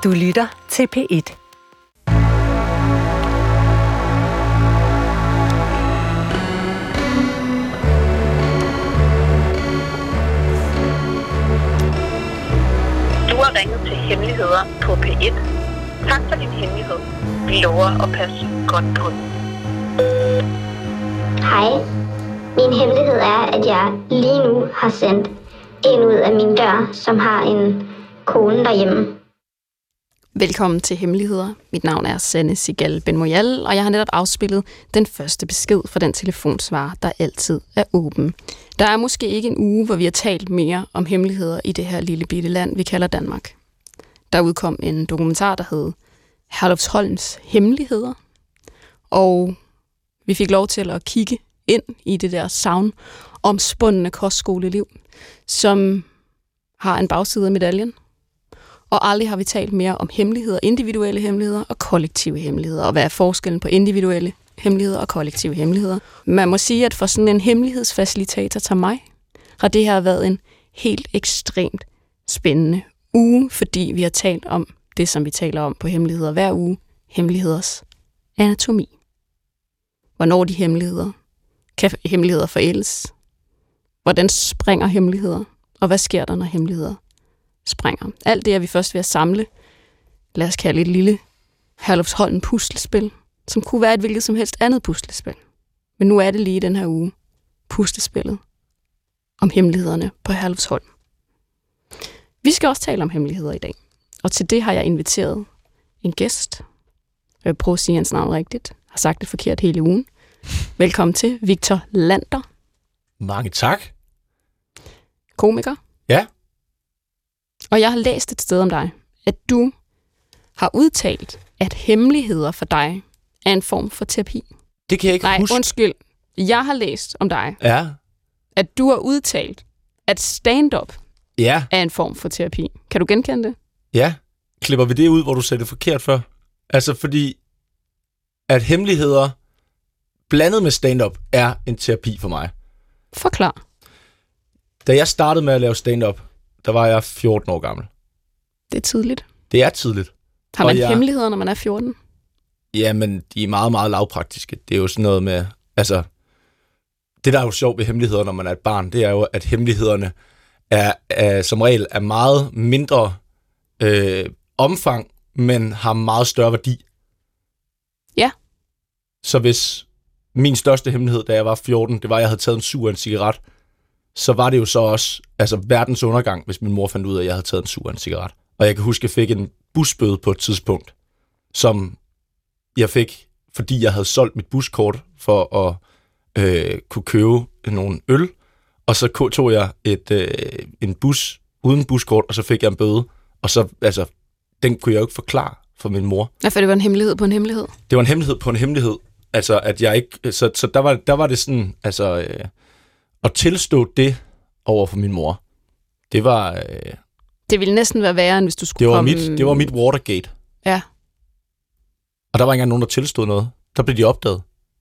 Du lytter til P1. Du har ringet til Hemmeligheder på P1. Tak for din hemmelighed. Vi lover at passe godt på den. Hej. Min hemmelighed er, at jeg lige nu har sendt en ud af min dør, som har en kone derhjemme. Velkommen til Hemmeligheder. Mit navn er Sanne Sigal Benmoyal, og jeg har netop afspillet den første besked fra den telefonsvarer, der altid er åben. Der er måske ikke en uge, hvor vi har talt mere om hemmeligheder i det her lille bitte land, vi kalder Danmark. Der udkom en dokumentar, der hed Herlufsholms Hemmeligheder, og vi fik lov til at kigge ind i det der sagnomspundne kostskoleliv, som har en bagside af medaljen. Og aldrig har vi talt mere om hemmeligheder, individuelle hemmeligheder og kollektive hemmeligheder. Og hvad er forskellen på individuelle hemmeligheder og kollektive hemmeligheder? Man må sige, at for sådan en hemmelighedsfacilitator til mig, har det her været en helt ekstremt spændende uge, fordi vi har talt om det, som vi taler om på hemmeligheder hver uge, hemmeligheders anatomi. Hvornår de hemmeligheder? Kan hemmeligheder forældes? Hvordan springer hemmeligheder? Og hvad sker der, når hemmeligheder springer? Alt det er vi først ved at samle. Lad os kalde et lille Herlufsholm puslespil, som kunne være et hvilket som helst andet puslespil. Men nu er det lige den her uge puslespillet om hemmelighederne på Herlufsholm. Vi skal også tale om hemmeligheder i dag. Og til det har jeg inviteret en gæst. Jeg vil prøve at sige hans navn rigtigt. Jeg har sagt det forkert hele ugen. Velkommen til Victor Lander. Mange tak. Komiker. Ja. Og jeg har læst et sted om dig, at du har udtalt, at hemmeligheder for dig er en form for terapi. Det kan jeg ikke huske. Nej, undskyld. Jeg har læst om dig, Ja. at du har udtalt, at stand-up Ja. er en form for terapi. Kan du genkende det? Ja. Klipper vi det ud, hvor du sagde det forkert før? Altså fordi, at hemmeligheder blandet med stand-up er en terapi for mig. Forklar. Da jeg startede med at lave stand-up, der var jeg 14 år gammel. Det er tidligt. Det er tidligt. Har man hemmeligheder, når man er 14? Jamen, de er meget, meget lavpraktiske. Det er jo sådan noget med, altså, det der er jo sjovt ved hemmeligheder, når man er et barn, det er jo, at hemmelighederne er som regel er meget mindre omfang, men har meget større værdi. Ja. Så hvis min største hemmelighed, da jeg var 14, det var, at jeg havde taget en suger af en cigaret, så var det jo så også verdens undergang, hvis min mor fandt ud af, at jeg havde taget en suger af en cigaret. Og jeg kan huske, at jeg fik en busbøde på et tidspunkt, som jeg fik, fordi jeg havde solgt mit buskort for at kunne købe nogle øl. Og så tog jeg en bus uden buskort, og så fik jeg en bøde. Og så, den kunne jeg jo ikke forklare for min mor. Ja, for det var en hemmelighed på en hemmelighed. Det var en hemmelighed på en hemmelighed. Altså, at jeg ikke... Så der var det sådan, at tilstå det over for min mor, det var... Det ville næsten være værre, end hvis du skulle komme... Det var mit Watergate. Ja. Og der var ikke engang nogen, der tilstod noget. Der blev de opdaget.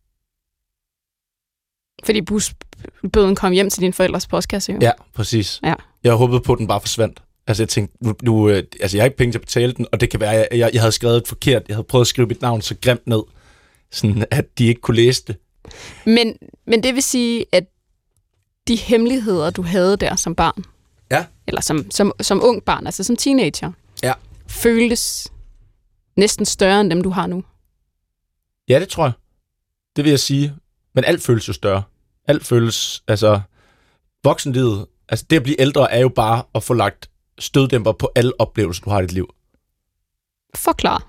Fordi busbøden kom hjem til dine forældres postkasse, jo. Ja, præcis. Ja. Jeg håbede på, at den bare forsvandt. Altså, jeg tænkte, jeg har ikke penge til at betale den, og det kan være, at jeg havde skrevet et forkert. Jeg havde prøvet at skrive mit navn så grimt ned, sådan at de ikke kunne læse det. Men det vil sige, at de hemmeligheder, du havde der som barn, ja, eller som ung barn, altså som teenager, ja, føltes næsten større end dem, du har nu. Ja, det tror jeg. Det vil jeg sige. Men alt føles jo større. Alt føles, voksenlivet, det at blive ældre er jo bare at få lagt støddæmper på alle oplevelser, du har i dit liv. Forklar.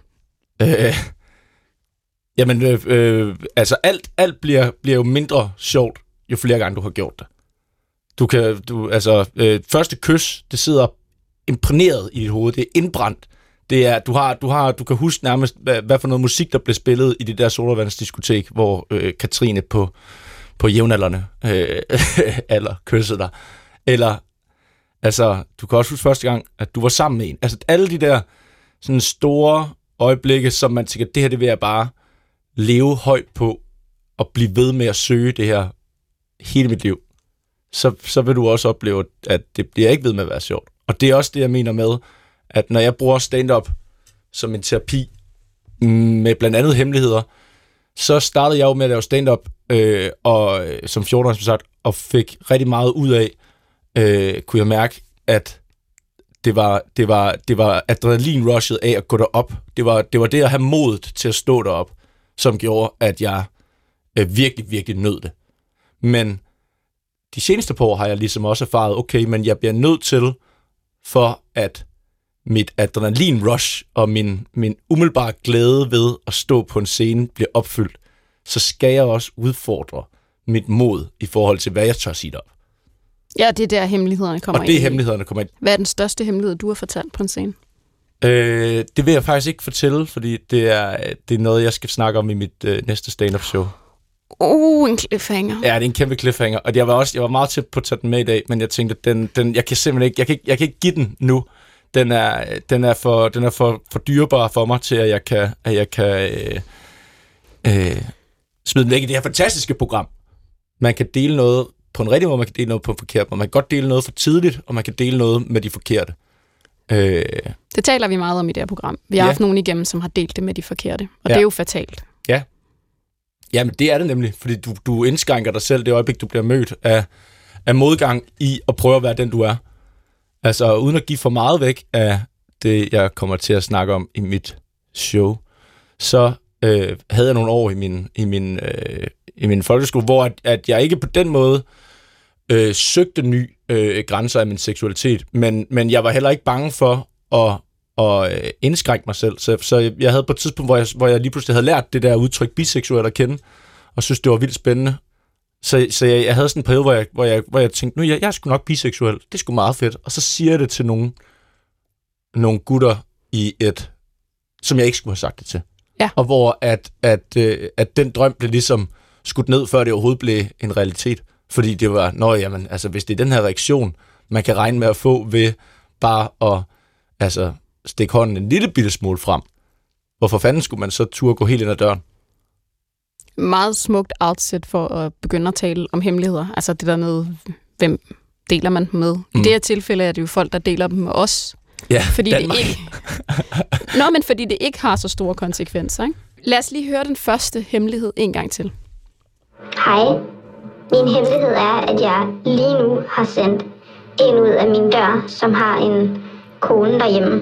Alt bliver jo mindre sjovt, jo flere gange du har gjort det. Første kys, det sidder imprægneret i dit hoved, det er indbrændt. Det er, du kan huske nærmest, hvad for noget musik, der blev spillet i det der sodavandsdiskotek, hvor Katrine på jævnaldrende alder kyssede dig. Eller, du kan også huske første gang, at du var sammen med en. Altså, alle de der sådan store øjeblikke, som man tænker, det her, det vil jeg bare leve højt på, og blive ved med at søge det her hele mit liv. Så vil du også opleve, at det bliver ikke ved med at være sjovt. Og det er også det, jeg mener med, at når jeg bruger stand-up som en terapi med blandt andet hemmeligheder, så startede jeg jo med at lave stand-up og som 14-årig, som sagt, og fik rigtig meget ud af, kunne jeg mærke, at det var adrenalin-rushet af at gå derop. Det var det at have modet til at stå derop, som gjorde, at jeg virkelig, virkelig nød det. Men de seneste par år har jeg ligesom også erfaret, okay, men jeg bliver nødt til, for at mit adrenalin-rush og min umiddelbare glæde ved at stå på en scene bliver opfyldt, så skal jeg også udfordre mit mod i forhold til, hvad jeg tør sige derop. Ja, det er der hemmelighederne kommer ind. Og det er hemmelighederne kommer ind. Hvad er den største hemmelighed, du har fortalt på en scene? Det vil jeg faktisk ikke fortælle, fordi det er noget, jeg skal snakke om i mit næste stand-up show. En cliffhanger. Ja, det er en kæmpe cliffhanger, og jeg var meget tæt på at tage den med i dag, men jeg tænkte, den jeg kan simpelthen ikke, jeg kan ikke give den nu. Den er for dyrebar for mig til, at jeg kan smide den væk i det her fantastiske program. Man kan dele noget på en rigtig måde, man kan dele noget på en forkert måde. Man kan godt dele noget for tidligt, og man kan dele noget med de forkerte. Det taler vi meget om i det her program. Vi har haft nogen igennem, som har delt det med de forkerte, og det er jo fatalt. Ja. Jamen, det er det nemlig, fordi du indskrænker dig selv det øjeblik, du bliver mødt af modgang i at prøve at være den, du er. Altså, uden at give for meget væk af det, jeg kommer til at snakke om i mit show, så havde jeg nogle år i min folkeskole, hvor at jeg ikke på den måde søgte nye grænser af min seksualitet, men jeg var heller ikke bange for at indskrænke mig selv. Så jeg havde på et tidspunkt, hvor jeg lige pludselig havde lært det der udtryk biseksuel at kende, og synes det var vildt spændende. Så jeg havde sådan en periode, hvor jeg tænkte, nu jeg er sgu nok biseksuel. Det er sgu meget fedt. Og så siger jeg det til nogle gutter som jeg ikke skulle have sagt det til. Ja. Og hvor at den drøm blev ligesom skudt ned, før det overhovedet blev en realitet. Fordi det var, hvis det er den her reaktion, man kan regne med at få ved bare at stikke hånden en lille bitte smule frem. Hvorfor fanden skulle man så turde gå helt ind ad døren? Meget smukt outset for at begynde at tale om hemmeligheder. Altså det der med, hvem deler man dem med? I det her tilfælde er det jo folk, der deler dem med os. Ja, fordi det ikke... men fordi det ikke har så store konsekvenser, ikke? Lad os lige høre den første hemmelighed en gang til. Hej. Min hemmelighed er, at jeg lige nu har sendt en ud af min dør, som har en kone derhjemme.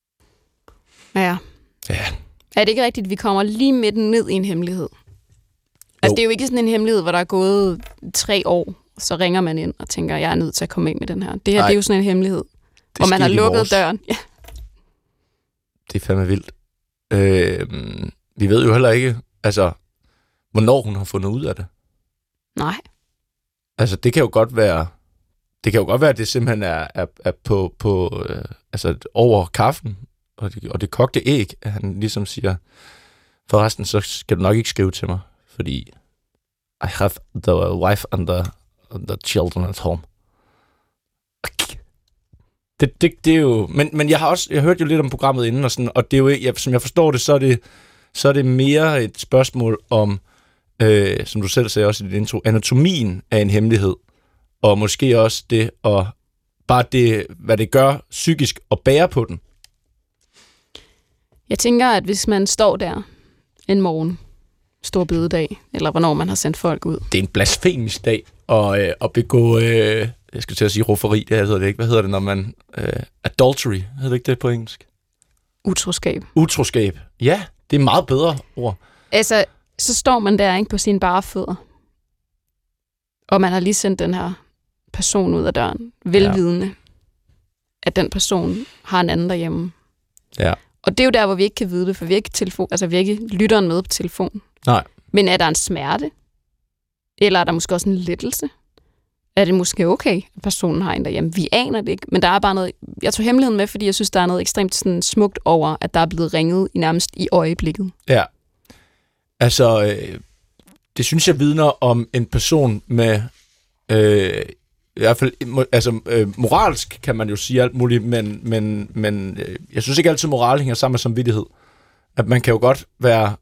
Ja. Er det ikke rigtigt, at vi kommer lige med den ned i en hemmelighed? Altså, det er jo ikke sådan en hemmelighed, hvor der er gået 3 år, så ringer man ind og tænker, jeg er nødt til at komme ind med den her. Det her, det er jo sådan en hemmelighed, hvor man har lukket døren. Ja. Det er fandme vildt. Vi ved jo heller ikke, hvornår hun har fundet ud af det. Nej. Altså, det kan jo godt være, at det simpelthen er på over kaffen, og det kogte æg, at han ligesom siger, forresten, så skal du nok ikke skrive til mig, fordi I have the wife and the children at home. Det er jo... Men jeg har hørt jo lidt om programmet inden, og sådan, og det er jo, som jeg forstår det, så er det mere et spørgsmål om, som du selv sagde også i dit intro, anatomien af en hemmelighed, og måske også det, og bare det, hvad det gør psykisk at bære på den. Jeg tænker, at hvis man står der en morgen, stor bededag, eller hvornår man har sendt folk ud. Det er en blasfemisk dag at begå, jeg skal til at sige rufferi, det hedder det ikke. Hvad hedder det, når man... adultery, hedder det ikke det på engelsk? Utroskab. Ja, det er meget bedre ord. Altså, så står man der ikke på sine bare fødder, og man har lige sendt den her person ud af døren, velvidende, at den person har en anden derhjemme. Ja. Og det er jo der, hvor vi ikke kan vide det, for vi er ikke lytteren med på telefon. Nej. Men er der en smerte? Eller er der måske også en lettelse? Er det måske okay, at personen har en derhjemme? Vi aner det ikke, men der er bare noget... Jeg tog hemmeligheden med, fordi jeg synes, der er noget ekstremt sådan smukt over, at der er blevet ringet nærmest i øjeblikket. Ja. Altså, det synes jeg vidner om en person med... I hvert fald, moralsk kan man jo sige alt muligt, men jeg synes ikke altid, moral hænger sammen med samvittighed. At man kan jo godt være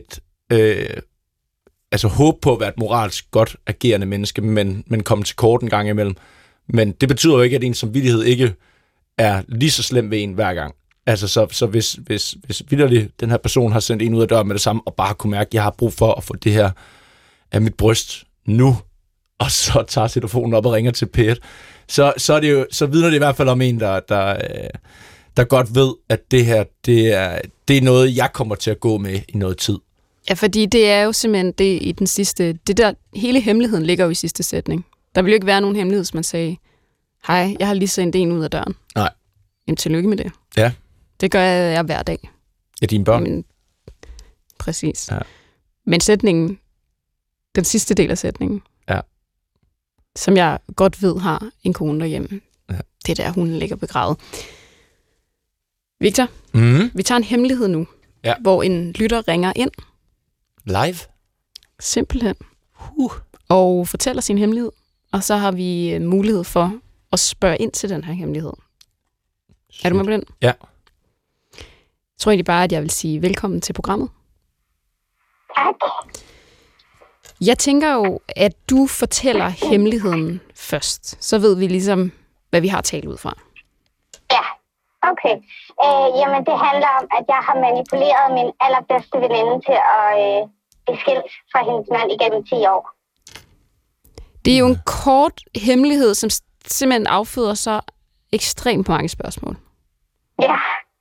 håbe på at være et moralsk godt agerende menneske, men komme til kort en gang imellem. Men det betyder jo ikke, at ens samvittighed ikke er lige så slem ved en hver gang. Altså, så hvis vitterligt den her person har sendt en ud af døren med det samme, og bare kunne mærke, at jeg har brug for at få det her af mit bryst nu, og så tager telefonen op og ringer til P1, så er det jo, så vidner det i hvert fald om en, der godt ved, at det her, det er noget, jeg kommer til at gå med i noget tid. Ja, fordi det er jo simpelthen det i den sidste... Det der, hele hemmeligheden ligger jo i sidste sætning. Der vil jo ikke være nogen hemmelighed, som man sagde, hej, jeg har lige sendt en ud af døren. Nej. Jamen, tillykke med det. Ja. Det gør jeg hver dag. Ja, dine børn. Men, præcis. Ja. Men sætningen, den sidste del af sætningen, ja. som jeg godt ved har en kone derhjemme, det er der, hun ligger begravet. Victor, vi tager en hemmelighed nu, hvor en lytter ringer ind. Live? Simpelthen. Og fortæller sin hemmelighed. Og så har vi mulighed for at spørge ind til den her hemmelighed. Sygt. Er du med på den? Ja. Jeg tror egentlig bare, at jeg vil sige velkommen til programmet. Tak. Jeg tænker jo, at du fortæller hemmeligheden først. Så ved vi ligesom, hvad vi har talt ud fra. Ja, okay. Jamen, det handler om, at jeg har manipuleret min allerbedste veninde til at blive skilt fra hendes mand igennem 10 år. Det er jo en kort hemmelighed, som simpelthen afføder så ekstremt mange spørgsmål. Ja.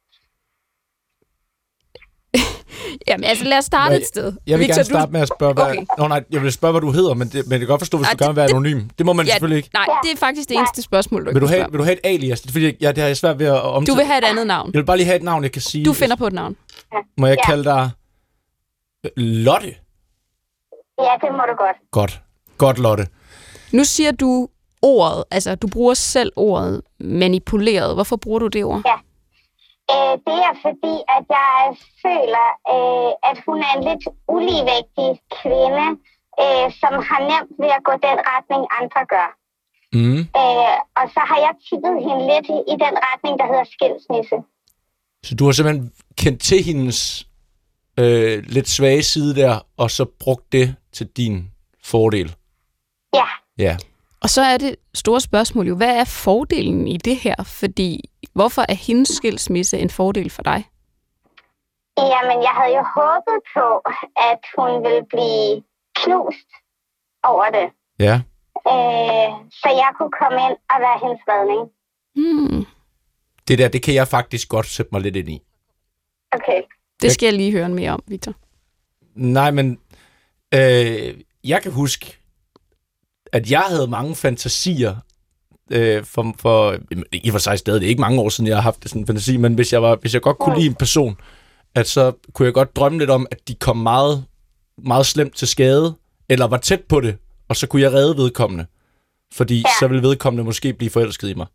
Jamen altså, lad os starte et sted. Jeg vil gerne starte med at spørge, jeg vil spørge, hvad du hedder, men det kan godt forstå, hvis du gerne vil være anonym. Det må man selvfølgelig ikke. Nej, det er faktisk det eneste spørgsmål, du vil du have et alias? Fordi det har jeg svært ved at omtale. Du vil have et andet navn. Jeg vil bare lige have et navn, jeg kan sige. Du finder på et navn. Må jeg kalde dig Lotte? Ja, det må du godt. Godt, Lotte. Nu siger du ordet, altså du bruger selv ordet manipuleret. Hvorfor bruger du det ord? Ja. Det er fordi, at jeg føler, at hun er en lidt uligevægtig kvinde, som har nemt ved at gå den retning, andre gør. Og så har jeg tippet hende lidt i den retning, der hedder skilsmisse. Så du har simpelthen kendt til hendes lidt svage side der, og så brugt det til din fordel? Ja. Ja. Og så er det store spørgsmål jo, hvad er fordelen i det her? Fordi hvorfor er hendes skilsmisse en fordel for dig? Jamen, jeg havde jo håbet på, at hun ville blive knust over det. Ja. Så jeg kunne komme ind og være hendes redning. Det kan jeg faktisk godt sætte mig lidt ind i. Okay. Det skal jeg lige høre mere om, Victor. Nej, men jeg kan huske, at jeg havde mange fantasier for i og for sig stadig. Det er ikke mange år siden, jeg har haft sådan en fantasi, men hvis jeg godt kunne lide en person, at så kunne jeg godt drømme lidt om, at de kom meget, meget slemt til skade, eller var tæt på det, og så kunne jeg redde vedkommende. Fordi så ville vedkommende måske blive forelsket i mig.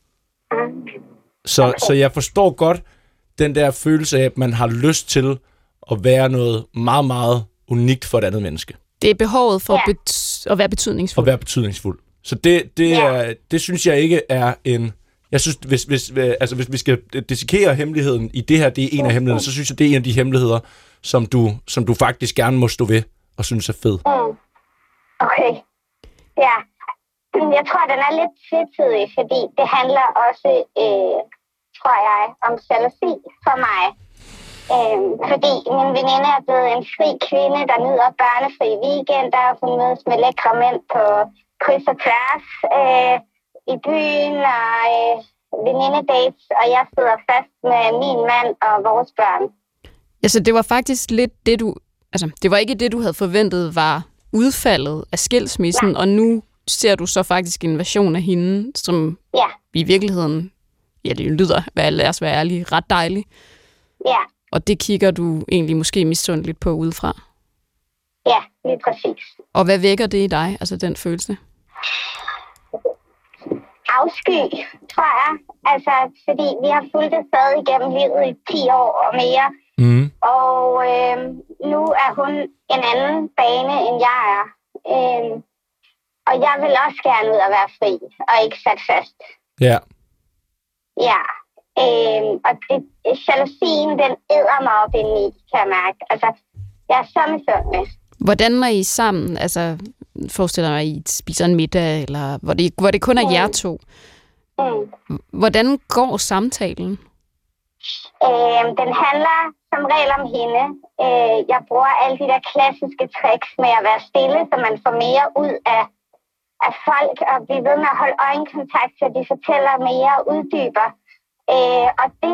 Så jeg forstår godt den der følelse af, at man har lyst til at være noget meget, meget unikt for et andet menneske. Det er behovet for at være betydningsfuld. At være betydningsfuld. Så det synes jeg ikke er en... Jeg synes, hvis vi skal dissekere hemmeligheden i det her, det er en af hemmelighederne, så synes jeg, det er en af de hemmeligheder, som du faktisk gerne må stå ved og synes er fed. Okay. Ja. Jeg tror, den er lidt tvetydig, fordi det handler også, tror jeg, om jalousi for mig. Fordi min veninde er blevet en fri kvinde, der nyder børnefri weekender, og hun mødes med lækre mænd på kryds og tværs i byen, og venindedates, og jeg sidder fast med min mand og vores børn. Altså, det var faktisk lidt det, det var ikke det, du havde forventet var udfaldet af skilsmissen, og nu ser du så faktisk en version af hende, som i virkeligheden, det lyder, lad os være ærlige, ret dejlig. Ja. Og det kigger du egentlig måske misundeligt på udefra. Ja, lige præcis. Og hvad vækker det i dig, altså den følelse? Afsky, tror jeg. Altså, fordi vi har fulgt det stadig igennem livet i 10 år og mere. Og nu er hun en anden bane, end jeg er. Og jeg vil også gerne ud og være fri, og ikke sat fast. Ja. Ja. Og jalousien, den æder mig op indeni, kan jeg mærke. Altså, jeg er så misundelig. Hvordan er I sammen? Altså, forestiller mig, at I spiser en middag, eller hvor det kun er jer to. Hvordan går samtalen? Den handler som regel om hende. Jeg bruger alle de der klassiske tricks med at være stille, så man får mere ud af folk, og blive ved med at holde øjenkontakt, så de fortæller mere og uddyber. Og det,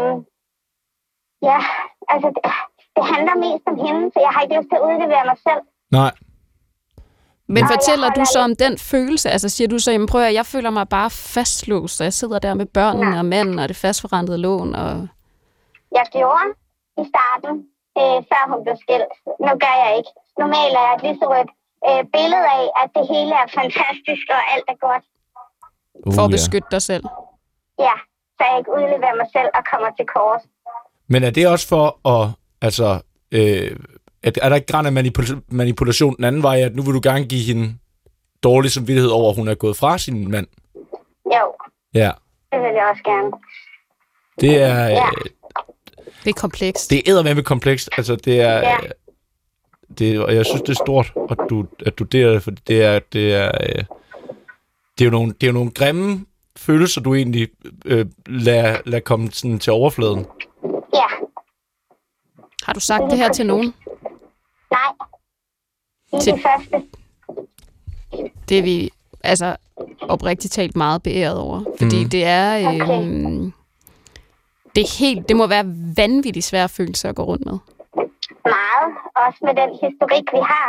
det handler mest om hende, så jeg har ikke lyst til at udlevere mig selv. Nej. Men fortæller du så om den følelse? Altså siger du så, jamen prøv at jeg føler mig bare fastlåst, så jeg sidder der med børnene og manden og det fastforrentede lån. Og... Jeg gjorde i starten, før hun blev skilt. Nu gør jeg ikke. Normalt er jeg et lyserødt billede af, at det hele er fantastisk og alt er godt. For at beskytte dig selv? Ja, så jeg ikke udleverer mig selv og kommer til kort. Men er det også for at, altså, er der ikke græn af manipulation den anden vej, at nu vil du gerne give hende dårlig samvittighed over, at hun er gået fra sin mand? Jo. Ja. Det vil jeg også gerne. Det er... Det er komplekst. Det er eddermame komplekst. Altså, det er... Ja. Og jeg synes, det er stort, at du deler det, for det er jo nogle grimme følelser, du egentlig lader komme sådan til overfladen. Ja. Har du sagt det her til nogen? Nej. Det er det første. Det er vi altså oprigtigt talt meget beæret over, fordi det er det må være vanvittigt svære følelser at gå rundt med. Meget, også med den historik, vi har.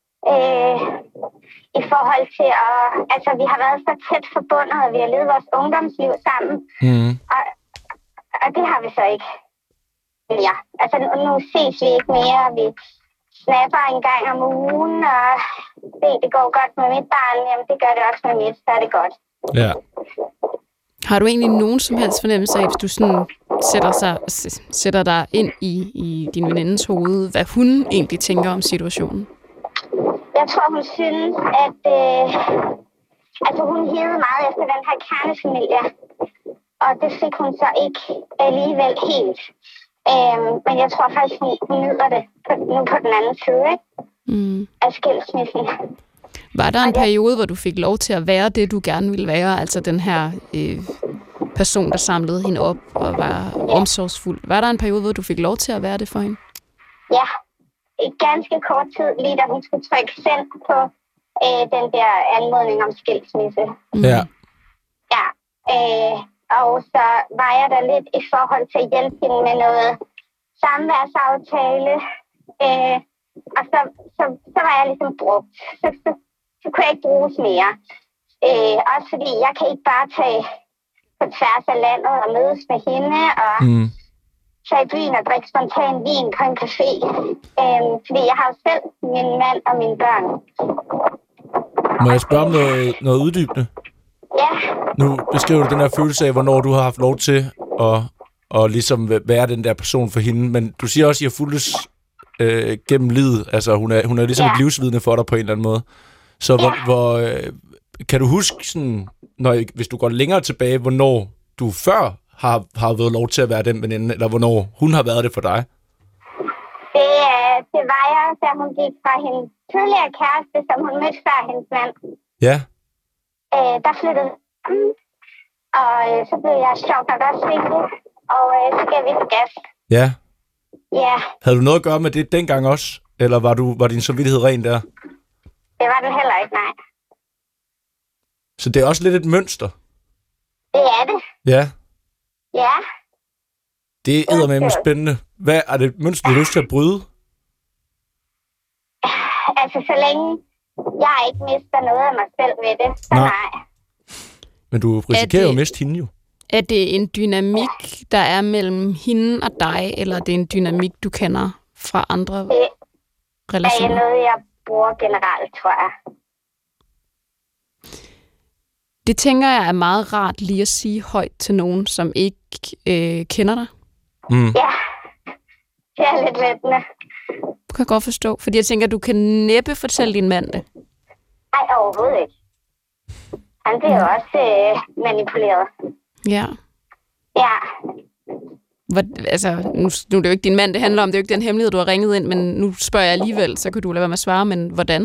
I forhold til altså vi har været så tæt forbundet, og vi har levet vores ungdomsliv sammen. Og det har vi så ikke. Ja, altså nu ses vi ikke mere, vi snapper en gang om ugen, og det går godt med mit barn, jamen det gør det også med mit, så er det godt. Ja. Har du egentlig nogen som helst fornemmelse af, hvis du sådan sætter dig ind i din venindes hoved, hvad hun egentlig tænker om situationen? Jeg tror, hun synes, at altså hun hivede meget efter den her kernefamilie, og det fik hun så ikke alligevel helt. Men jeg tror faktisk, hun nyder det nu på den anden side, ikke? Af skilsmissen. Var der en periode, hvor du fik lov til at være det, du gerne ville være? Altså den her person, der samlede hende op og var omsorgsfuld. Var der en periode, hvor du fik lov til at være det for hende? Ja, i ganske kort tid, lige da hun skulle trykke send på den der anmodning om skilsmisse. Ja. Ja, og så var jeg der lidt i forhold til at hjælpe hende med noget samværsaftale. Og så var jeg ligesom brugt. Så kunne jeg ikke bruges mere. Også fordi jeg kan ikke bare tage på tværs af landet og mødes med hende og tage i byen og drikke spontan vin på en café. Fordi jeg har jo selv min mand og mine børn. Må jeg spørge om noget uddybende? Ja. Nu beskriver du den her følelse af, hvornår du har haft lov til at ligesom være den der person for hende. Men du siger også, at I har fulgtes gennem livet. Altså hun er ligesom et livsvidne for dig på en eller anden måde. Så hvor kan du huske, sådan, hvis du går længere tilbage, hvornår du før har været lov til at være den veninde, eller hvornår hun har været det for dig? Det var jeg, da hun gik fra hendes tidligere kæreste, som hun mødte før hendes mand. Ja. Der flyttede og så blev jeg sjovt nok også single, og så gav vi gas. Ja. Ja. Havde du noget at gøre med det dengang også, eller var din samvittighed ren der? Det var den heller ikke, nej. Så det er også lidt et mønster? Det er det. Ja. Ja. Det er eddermame spændende. Hvad er det mønster, du har lyst til at bryde? Altså, så længe jeg ikke mister noget af mig selv ved det, så nej. Men du risikerer jo at miste hende jo. Er det en dynamik, der er mellem hende og dig, eller er det en dynamik, du kender fra andre relationer? Det er noget, jeg bruger generelt, tror jeg. Det tænker jeg er meget rart lige at sige højt til nogen, som ikke kender dig. Ja, det er lidt lettende. Du kan godt forstå, fordi jeg tænker, du kan næppe fortælle din mand det. Nej, overhovedet ikke. Han bliver jo også manipuleret. Ja. Ja. Altså, nu er det jo ikke din mand, det handler om. Det er jo ikke den hemmelighed, du har ringet ind, men nu spørger jeg alligevel, så kan du lade være med at svare, men hvordan?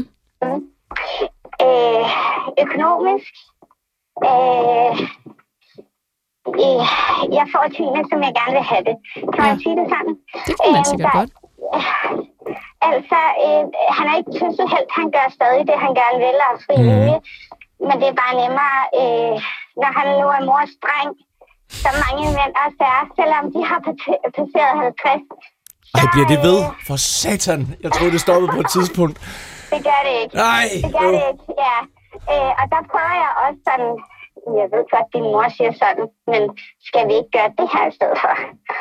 Økonomisk. Jeg får tingene, som jeg gerne vil have det. Kan man sige det sådan? Det kan man sikkert godt. Altså, han er ikke tøsselhelt. Han gør stadig det, han gerne vil, og fri vilje. Men det er bare nemmere, når han nu er mors dreng, som mange mænd også er, selvom de har passeret 50. Ej, bliver det ved? For satan! Jeg troede, det stoppede på et tidspunkt. Det gør det ikke. Nej! Det gør det ikke, ja. Og der prøver jeg også sådan, jeg ved godt, din mor siger sådan, men skal vi ikke gøre det her i stedet for?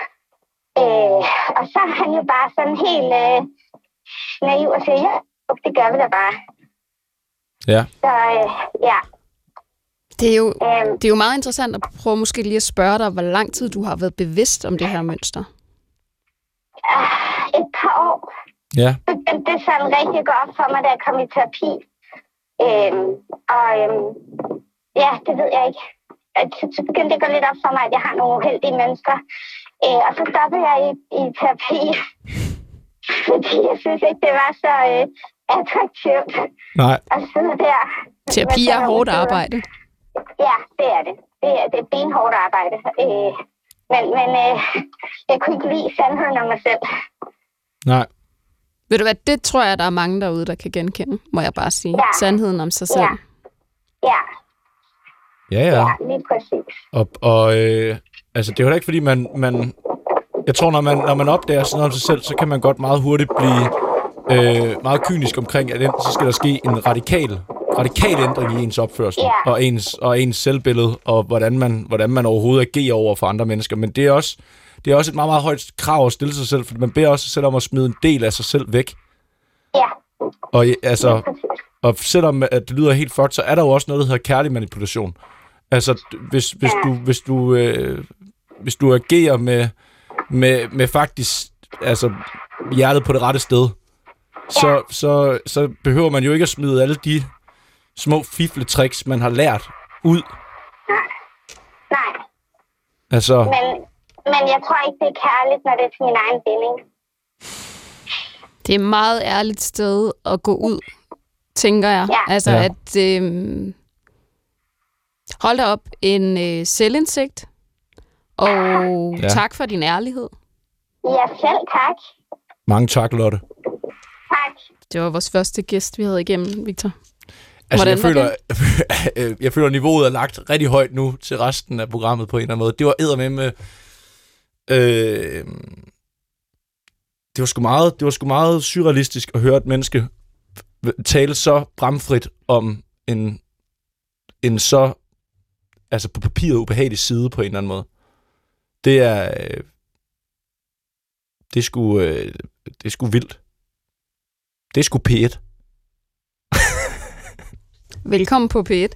Og så er han jo bare sådan helt naiv og siger, ja, det gør vi da bare. Ja. Så ja. Det er jo meget interessant at prøve måske lige at spørge dig, hvor lang tid du har været bevidst om det her mønster. Et par år. Ja. Det er sådan rigtig godt for mig, da jeg kom i terapi. Ja, det ved jeg ikke. Så begyndte det at gå lidt op for mig, at jeg har nogle uheldige mønstre. Og så stoppede jeg i terapi. Fordi jeg synes ikke, det var så attraktivt. Nej. At sidde der. Terapi er hårdt arbejde. Ja, det er det. Det er benhårdt arbejde. Men jeg kunne ikke lide sandheden om mig selv. Nej. Ved du hvad, det tror jeg, der er mange derude, der kan genkende, må jeg bare sige. Ja. Sandheden om sig selv. Ja. Ja, lige præcis. Og altså, det er jo ikke, fordi man jeg tror, når man opdager sådan noget om sig selv, så kan man godt meget hurtigt blive meget kynisk omkring, at enten så skal der ske en radikal ændring i ens opførsel, og ens selvbillede, og hvordan man overhovedet agerer over for andre mennesker. Men det er også et meget, meget højt krav at stille sig selv, for man beder også sig selv om at smide en del af sig selv væk. Ja. Og selvom at det lyder helt fucked, så er der jo også noget, der hedder kærlig manipulation. Altså, hvis du agerer med faktisk altså hjertet på det rette sted, så behøver man jo ikke at smide alle de små fifletricks, man har lært ud. Nej. Altså. Men jeg tror ikke, det er kærligt, når det er til min egen binding. Det er et meget ærligt sted at gå ud, tænker jeg. Ja. Altså, at hold da op, en selvindsigt, og tak for din ærlighed. Ja, selv tak. Mange tak, Lotte. Tak. Det var vores første gæst, vi havde igennem, Victor. Altså, jeg føler, niveauet er lagt rigtig højt nu til resten af programmet på en eller anden måde. Det var eddermame det var sgu meget surrealistisk at høre et menneske tale så bramfrit om en så altså på papiret ubehagelig side på en eller anden måde. Det er sgu vildt. Det er sgu P1. Velkommen på P1.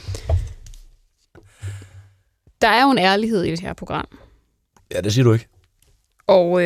Der er jo en ærlighed i det her program. Ja, det siger du ikke. Og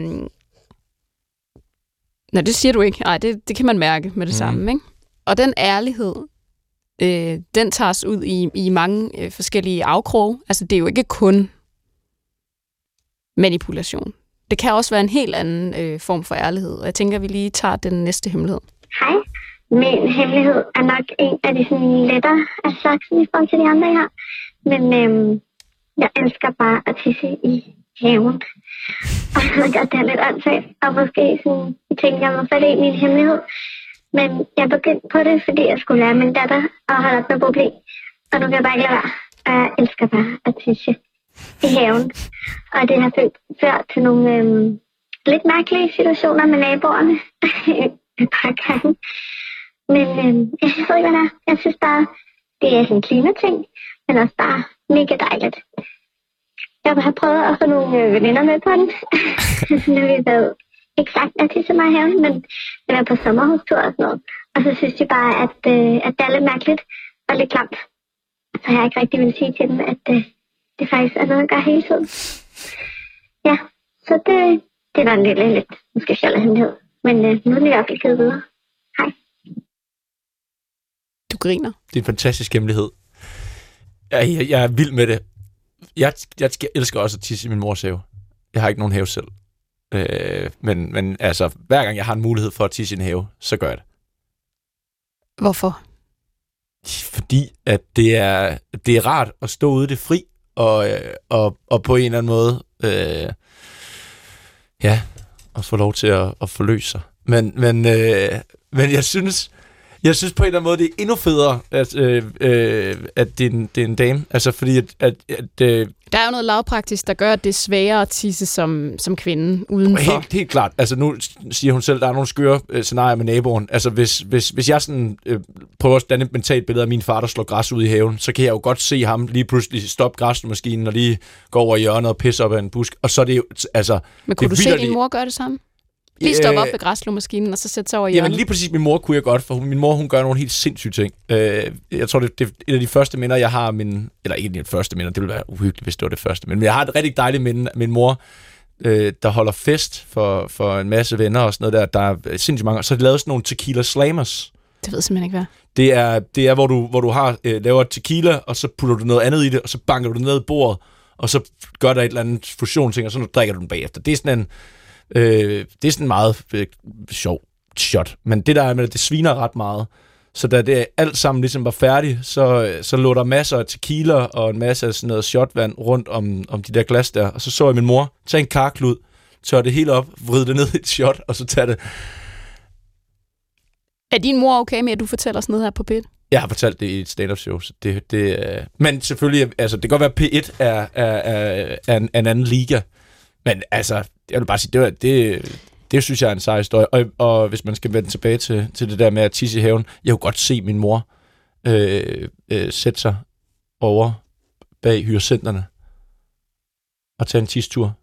nej, det siger du ikke. Nej, det kan man mærke med det samme, ikke? Og den ærlighed, den tages ud i mange forskellige afkroge. Altså, det er jo ikke kun manipulation. Det kan også være en helt anden form for ærlighed. Og jeg tænker, at vi lige tager den næste hemmelighed. Hej. Min hemmelighed er nok en af de sådan lettere af slagsen i forhold til de andre, jeg har. Men jeg elsker bare at tisse i haven. Og jeg ved godt, det er lidt åndssvagt. Og måske sådan, tænker jeg mig for det i min hemmelighed. Men jeg begyndte på det, fordi jeg skulle lære min datter at holde op med problem. Og nu kan jeg bare ikke lade være. Og jeg elsker bare at tisse i haven. Og det har ført til nogle lidt mærkelige situationer med naboerne. Et par gange. Men jeg ved ikke, hvad det er. Jeg synes bare, det er sådan en klimating, men også bare mega dejligt. Jeg har prøvet at få nogle veninder med på den. Nu har vi været ikke sagt, at det er så meget haven, men jeg er på sommerhustur og sådan noget. Og så synes de bare, at det er lidt mærkeligt og lidt klamt. Så har jeg ikke rigtig vil sige til dem, at det faktisk er noget, jeg gør hele tiden. Ja, så det var en lidt måske sjældent hemmelighed. Men nu er det i hvert fald givet videre. Hej. Du griner. Det er en fantastisk hemmelighed. Jeg er vild med det. Jeg elsker også at tisse i min mors have. Jeg har ikke nogen have selv. Men altså, hver gang jeg har en mulighed for at tisse i en have, så gør jeg det. Hvorfor? Fordi at det er rart at stå ude i det fri og på en eller anden måde og få lov til at forløse sig. Men jeg synes på en eller anden måde, det er endnu federe, at det er en dame. Altså, fordi at der er jo noget lavpraktisk, der gør, at det er sværere at tisse som kvinde udenfor. Helt klart. Altså, nu siger hun selv, at der er nogle skøre scenarier med naboen. Altså, hvis jeg sådan prøver at danne et mentalt billede af min far, der slår græs ud i haven, så kan jeg jo godt se ham lige pludselig stoppe græsmaskinen og lige gå over i hjørnet og pisse op af en busk. Og så er det jo, altså... Men kunne du se din mor gøre det samme? Lige stoppe op ved græsslåmaskinen, og så sætte sig over i hjørnet. Jamen lige præcis min mor kunne jeg godt, for min mor, hun gør nogle helt sindssyge ting. Jeg tror, det er et af de første minder, jeg har eller ikke det første minder, det ville være uhyggeligt, hvis det var det første, men jeg har et rigtig dejligt minde. Min mor, der holder fest for en masse venner og sådan noget der er sindssygt mange, så har de lavet sådan nogle tequila slammers. Det ved jeg simpelthen ikke, hvad. Det er hvor du har laver tequila, og så putter du noget andet i det, og så banker du det ned i bordet, og så gør der et eller andet fusionsting, og så drikker du den bagefter. Det er sådan en meget sjov shot, men det der er med det sviner ret meget. Så da det alt sammen ligesom var færdigt, så lå der masser af tequila og en masse af sådan noget shotvand rundt om de der glas der, og så jeg min mor tage en karklud, tørre det hele op, vride det ned i et shot, og så tage det. Er din mor okay med, at du fortæller sådan noget her på P1? Jeg har fortalt det i et stand-up show, så men selvfølgelig, altså det kan godt være, at P1 er en anden liga, men altså, jeg vil bare sige, det synes jeg er en sej historie. Og hvis man skal vende tilbage til det der med at tisse i haven, jeg kunne godt se min mor sætte sig over bag hyacinterne og tage en tistur.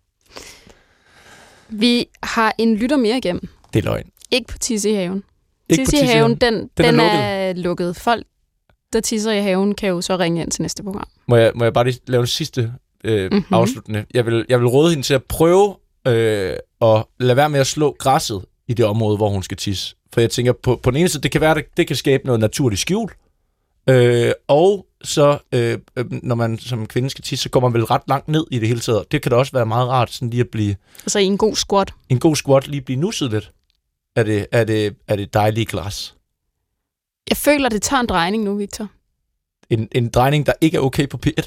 Vi har en lytter mere igennem. Det er løgn. Ikke på tisse i haven. Tisse i haven, den er lukket. Folk, der tisser i haven, kan jo så ringe ind til næste program. Må jeg bare lige lave en sidste afsluttende? Jeg vil råde hende til at prøve og lade være med at slå græsset i det område, hvor hun skal tisse. For jeg tænker, på den ene side, det kan være, at det kan skabe noget naturligt skjul. Og så, når man som kvinde skal tisse, så kommer man vel ret langt ned i det hele taget. Det kan da også være meget rart, sådan lige at blive... Altså i en god squat. En god squat, lige blive nusset lidt. Er det dejlige glas. Jeg føler, det tager en drejning nu, Victor. En drejning, der ikke er okay på P1?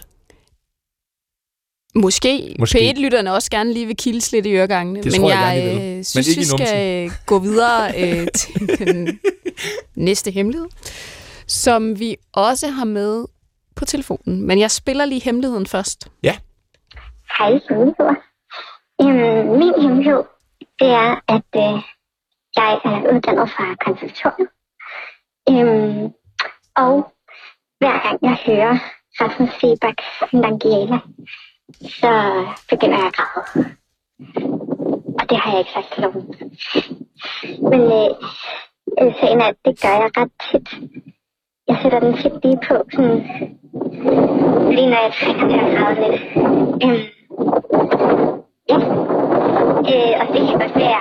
Måske. P1-lytterne også gerne lige vil kildes lidt i øregangene. Men jeg synes, vi skal gå videre til den næste hemmelighed, som vi også har med på telefonen. Men jeg spiller lige hemmeligheden først. Ja. Hej, hemmeligheder. Min hemmelighed, det er, at jeg er uddannet fra konservatoriet. Og hver gang jeg hører Rasmus Seebachs Nangijala, så begynder jeg at græde. Og det har jeg ikke sagt til nogen. Men sagen er, at det gør jeg ret tit. Jeg sætter den tit lige på, sådan, lige når jeg trænger til at græde lidt. Og det kan godt være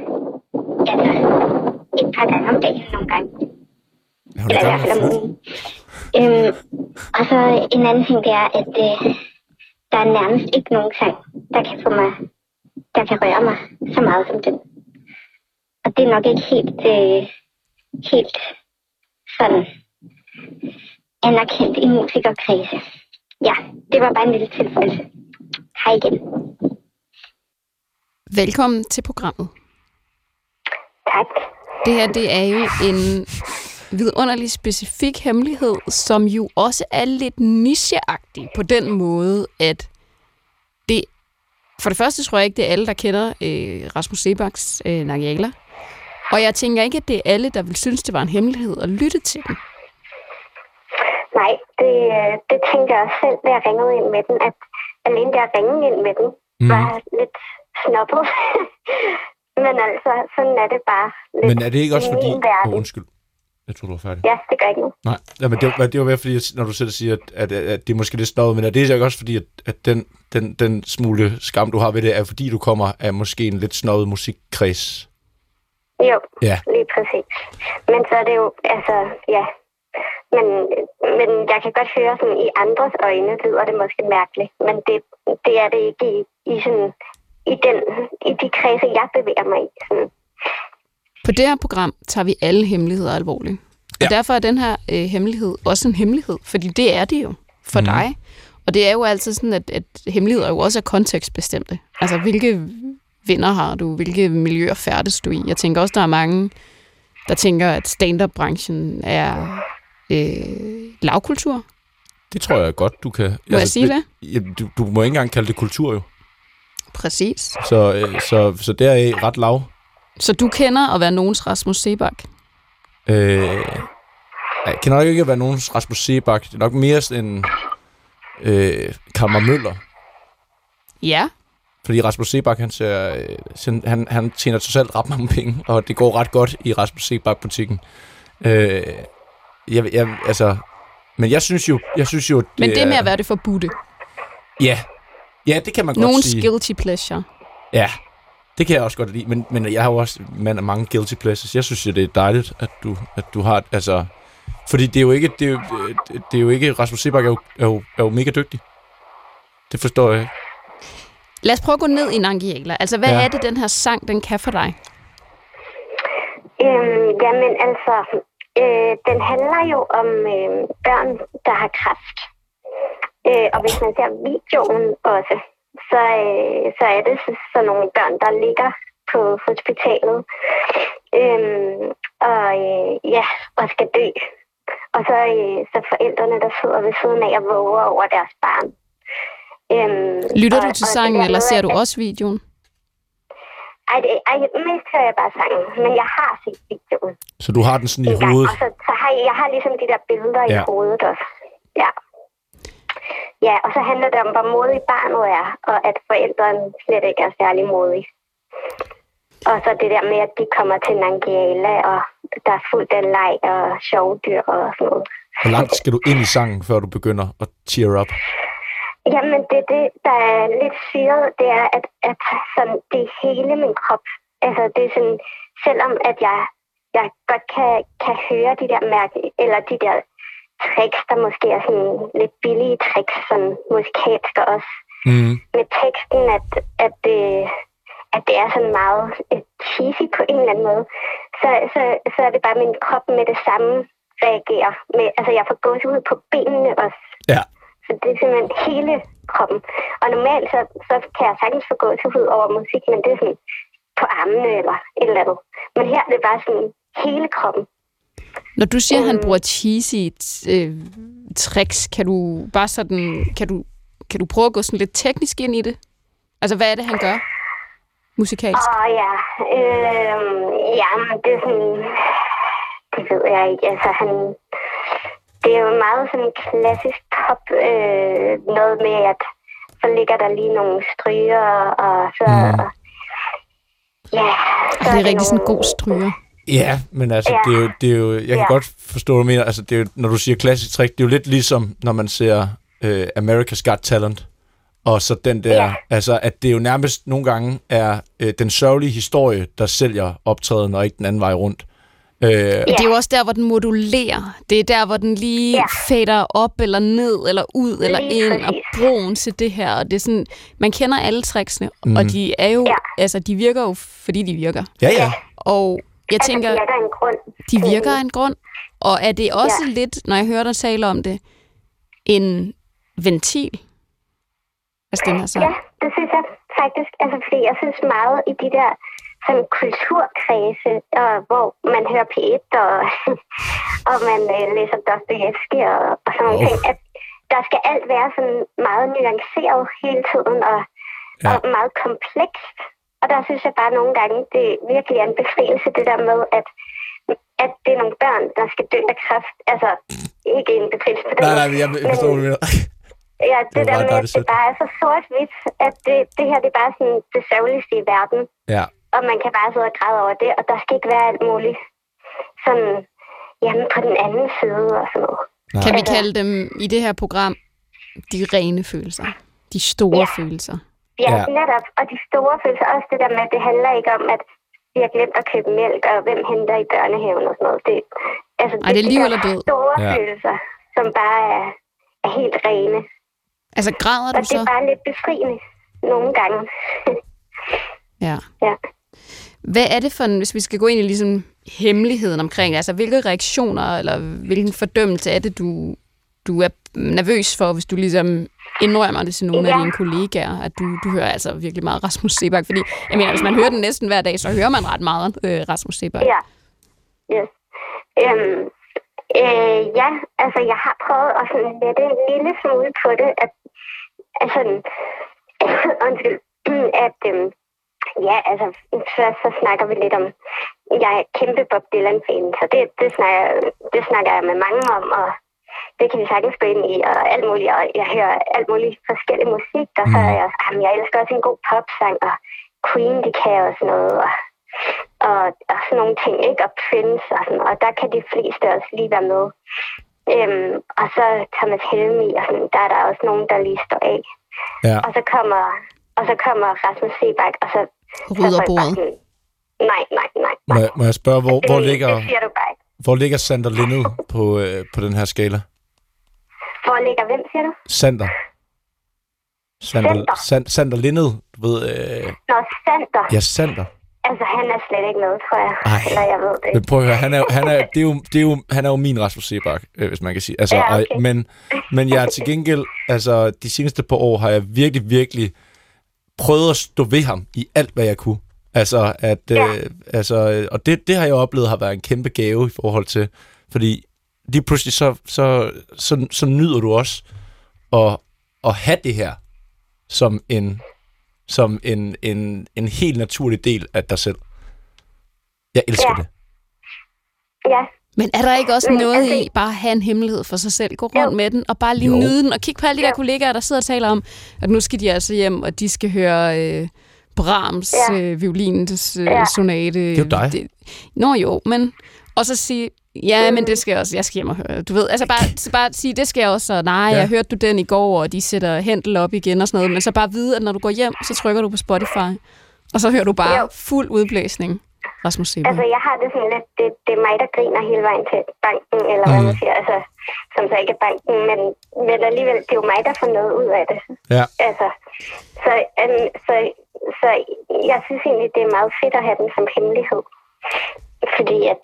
et par gange om dagen nogle gange. Eller i hvert fald om ugen. Og så en anden ting, det er, at der er nærmest ikke nogen sang, der kan røre mig så meget som den. Og det er nok ikke helt sådan anerkendt i musikerkredse. Ja, det var bare en lille tilfælde. Hej igen. Velkommen til programmet. Tak. Det her, det er jo en vidunderlig specifik hemmelighed, som jo også er lidt nicheagtig på den måde, at det... For det første tror jeg ikke, det er alle, der kender Rasmus Seebachs Nangijala. Og jeg tænker ikke, at det er alle, der vil synes, det var en hemmelighed at lytte til den. Nej, det tænker jeg selv, da jeg ringede ind med den, at alene der ringe ind med den, var lidt snobbet. Men altså, sådan er det bare lidt. Men er det ikke også fordi... undskyld. Jeg tror, du var færdig. Ja, det gør ikke noget. Nej, men det var mere fordi, når du selv siger, at det er måske lidt snobbet, men er det ikke også fordi, at den smule skam, du har ved det, er fordi, du kommer af måske en lidt snobbet musikkreds? Jo, ja. Lige præcis. Men så er det jo, altså, ja. Men jeg kan godt høre sådan, i andres øjne lyder det måske mærkeligt, men det er det ikke i de kredse, jeg bevæger mig i. Sådan. På det her program tager vi alle hemmeligheder alvorligt. Og derfor er den her hemmelighed også en hemmelighed, fordi det er det jo for dig. Og det er jo altid sådan, at hemmeligheder jo også er kontekstbestemte. Altså, hvilke venner har du? Hvilke miljøer færdes du i? Jeg tænker også, der er mange, der tænker, at stand-up-branchen er lavkultur. Det tror jeg godt, du kan... Må jeg sige det? Du må ikke engang kalde det kultur, jo. Præcis. Så der er ret lav. Så du kender at være nogens Rasmus Seebach? Jeg kender nok ikke at være nogens Rasmus Seebach. Det er nok mere sådan Kammer Møller. Ja. Fordi Rasmus Seebach, han tjener trods alt ret mange penge, og det går ret godt i Rasmus Seebach-butikken. Men jeg synes jo... Men det med at være det forbudte. Ja, det kan man Nogens godt sige. Nogens guilty pleasure. Ja, det kan jeg også godt lide, men jeg har jo også mand af mange guilty pleasures. Jeg synes jo, det er dejligt, at du har... Altså, fordi det er jo ikke... Rasmus Seebach er jo mega dygtig. Det forstår jeg ikke. Lad os prøve at gå ned i Nangiala. Altså, hvad er det, den her sang, den kan for dig? Jamen, altså... den handler jo om børn, der har kræft. Og hvis man ser videoen også, så er det sådan nogle børn, der ligger på hospitalet og skal dø. Og så forældrene, der sidder ved siden af og våger over deres barn. Lytter du til sangen, eller ser du også videoen? Mest hører jeg bare sangen, men jeg har set videoen. Så du har den sådan i hovedet? Og så har jeg har ligesom de der billeder i hovedet også. Ja. Ja, og så handler det om, hvor modig barnet er, og at forældrene slet ikke er særlig modige. Og så det der med, at de kommer til Nangiala, og der er fuldt af leg og sjovdyr og sådan noget. Hvor langt skal du ind i sangen, før du begynder at tear up? Jamen, det der er lidt syret, det er, at sådan, det er hele min krop. Altså, det er sådan, selvom at jeg godt kan høre de der eller de der tricks, der måske er sådan lidt billige tricks, sådan musikalske også. Med teksten, at det er sådan meget cheesy på en eller anden måde, så er det bare min krop med det samme reagerer. Altså, jeg får gåsehud på benene også. Ja. Så det er simpelthen hele kroppen. Og normalt så kan jeg sagtens få gåsehud over musik, men det er sådan på armene eller et eller andet. Men her er det bare sådan hele kroppen. Når du siger, at han bruger cheesy tricks, kan du prøve at gå sådan lidt teknisk ind i det? Altså, hvad er det, han gør musikalsk? Det er sådan... Det ved jeg ikke. Altså, det er jo meget sådan klassisk pop, noget med, at så ligger der lige nogle stryger, og så... Så det er rigtig sådan en god stryger. Ja, men altså, det er jo jeg kan godt forstå, hvad du mener. Altså, det er jo, når du siger klassisk trick, det er jo lidt ligesom, når man ser America's Got Talent, og så den der, altså, at det jo nærmest nogle gange er den sørgelige historie, der sælger optræden, og ikke den anden vej rundt. Det er jo også der, hvor den modulerer. Det er der, hvor den lige fader op, eller ned, eller ud, eller ind, og broen til det her. Og det er sådan, man kender alle tricksene, og de er jo, altså, de virker jo, fordi de virker. Ja. Og jeg tænker, de virker af en grund. Og er det også lidt, når jeg hører dig tale om det, en ventil? Altså den her sang? Ja, det synes jeg faktisk. Altså, fordi jeg synes meget i de der sådan kulturkredse, hvor man hører P1, og man læser Dostojevskij og sådan noget ting, at der skal alt være sådan meget nuanceret hele tiden, og meget komplekst. Og der synes jeg bare nogle gange, det virkelig er en befrielse, det der med, at det er nogle børn, der skal dø af kræft. Altså, ikke en befrielse på det. Nej, jeg forstår, hvad du mener. Ja, det der med, at det bare er så sort-hvidt, at det her, det er bare sådan det sørgeligste i verden. Ja. Og man kan bare sidde og græde over det, og der skal ikke være alt muligt sådan, jamen på den anden side og sådan noget. Nej. Kan vi kalde dem i det her program de rene følelser? De store følelser? Ja, netop. Og de store følelser, også det der med, at det handler ikke om, at vi har glemt at købe mælk, og hvem henter i børnehaven og sådan noget. Det er liv eller død. Store følelser, som bare er helt rene. Altså græder du så? Og det er bare lidt befriende nogle gange. Ja. Hvad er det for hvis vi skal gå ind i ligesom hemmeligheden omkring, altså hvilke reaktioner eller hvilken fordømmelse er det, du er nervøs for, hvis du ligesom indrømmer det til nogle af dine kollegaer, at du hører altså virkelig meget Rasmus Seebach, fordi jeg mener, hvis man hører den næsten hver dag, så hører man ret meget Rasmus Seebach. Ja, yes. Ja, altså jeg har prøvet at sådan lette en lille smule på det, at ja, altså først så snakker vi lidt om, jeg er kæmpe Bob Dylan-fan, så det snakker jeg med mange om, og det kan vi sagtens gå ind i, og alt muligt, og jeg hører alt muligt forskellig musik, og så er jeg også, jeg elsker også en god popsang, og Queen, det kan jeg også noget, og sådan nogle ting, ikke? Og Prince og sådan, og der kan de fleste også lige være med. Og så Thomas Helmig, og sådan, der er der også nogen, der lige står af. Ja. Og så kommer Rasmus Seebach, og så rydder bordet. Nej. Må jeg spørge, hvor ligger Sander Lindet på den her skala? Hvor ligger hvem, siger du? Sander Lindet, du ved... Nå, Sander. Ja, Sander. Altså, han er slet ikke med, tror jeg. Eller jeg ved det. Men prøv at høre, han er jo min Rasmus Seebach, hvis man kan sige. Altså, ja, okay. men jeg er til gengæld, altså de seneste par år har jeg virkelig prøvet at stå ved ham i alt, hvad jeg kunne. Altså, og det har jeg oplevet har været en kæmpe gave i forhold til, fordi lige pludselig så nyder du også at have det her som en helt naturlig del af dig selv. Jeg elsker det. Ja. Men er der ikke også noget i bare at have en hemmelighed for sig selv? Gå rundt med den, og bare lige nyde den, og kigge på alle de der kollegaer, der sidder og taler om, at nu skal de altså hjem, og de skal høre Brahms violinens sonate. Det er jo dig. Nå jo, men... Og så sige, ja, men det skal jeg også, jeg skal hjem og høre. Du ved, altså bare sige, det skal jeg også, og nej, jeg hørte du den i går, og de sætter Händel op igen og sådan noget, men så bare vide, at når du går hjem, så trykker du på Spotify, og så hører du bare fuld udblæsning. Rasmus Seebach. Altså, jeg har det sådan lidt, det er mig, der griner hele vejen til banken, eller hvad man siger, altså, som så ikke er banken, men alligevel, det er jo mig, der får noget ud af det. Ja. Altså, så jeg synes egentlig, det er meget fedt at have den som hemmelighed. Fordi at,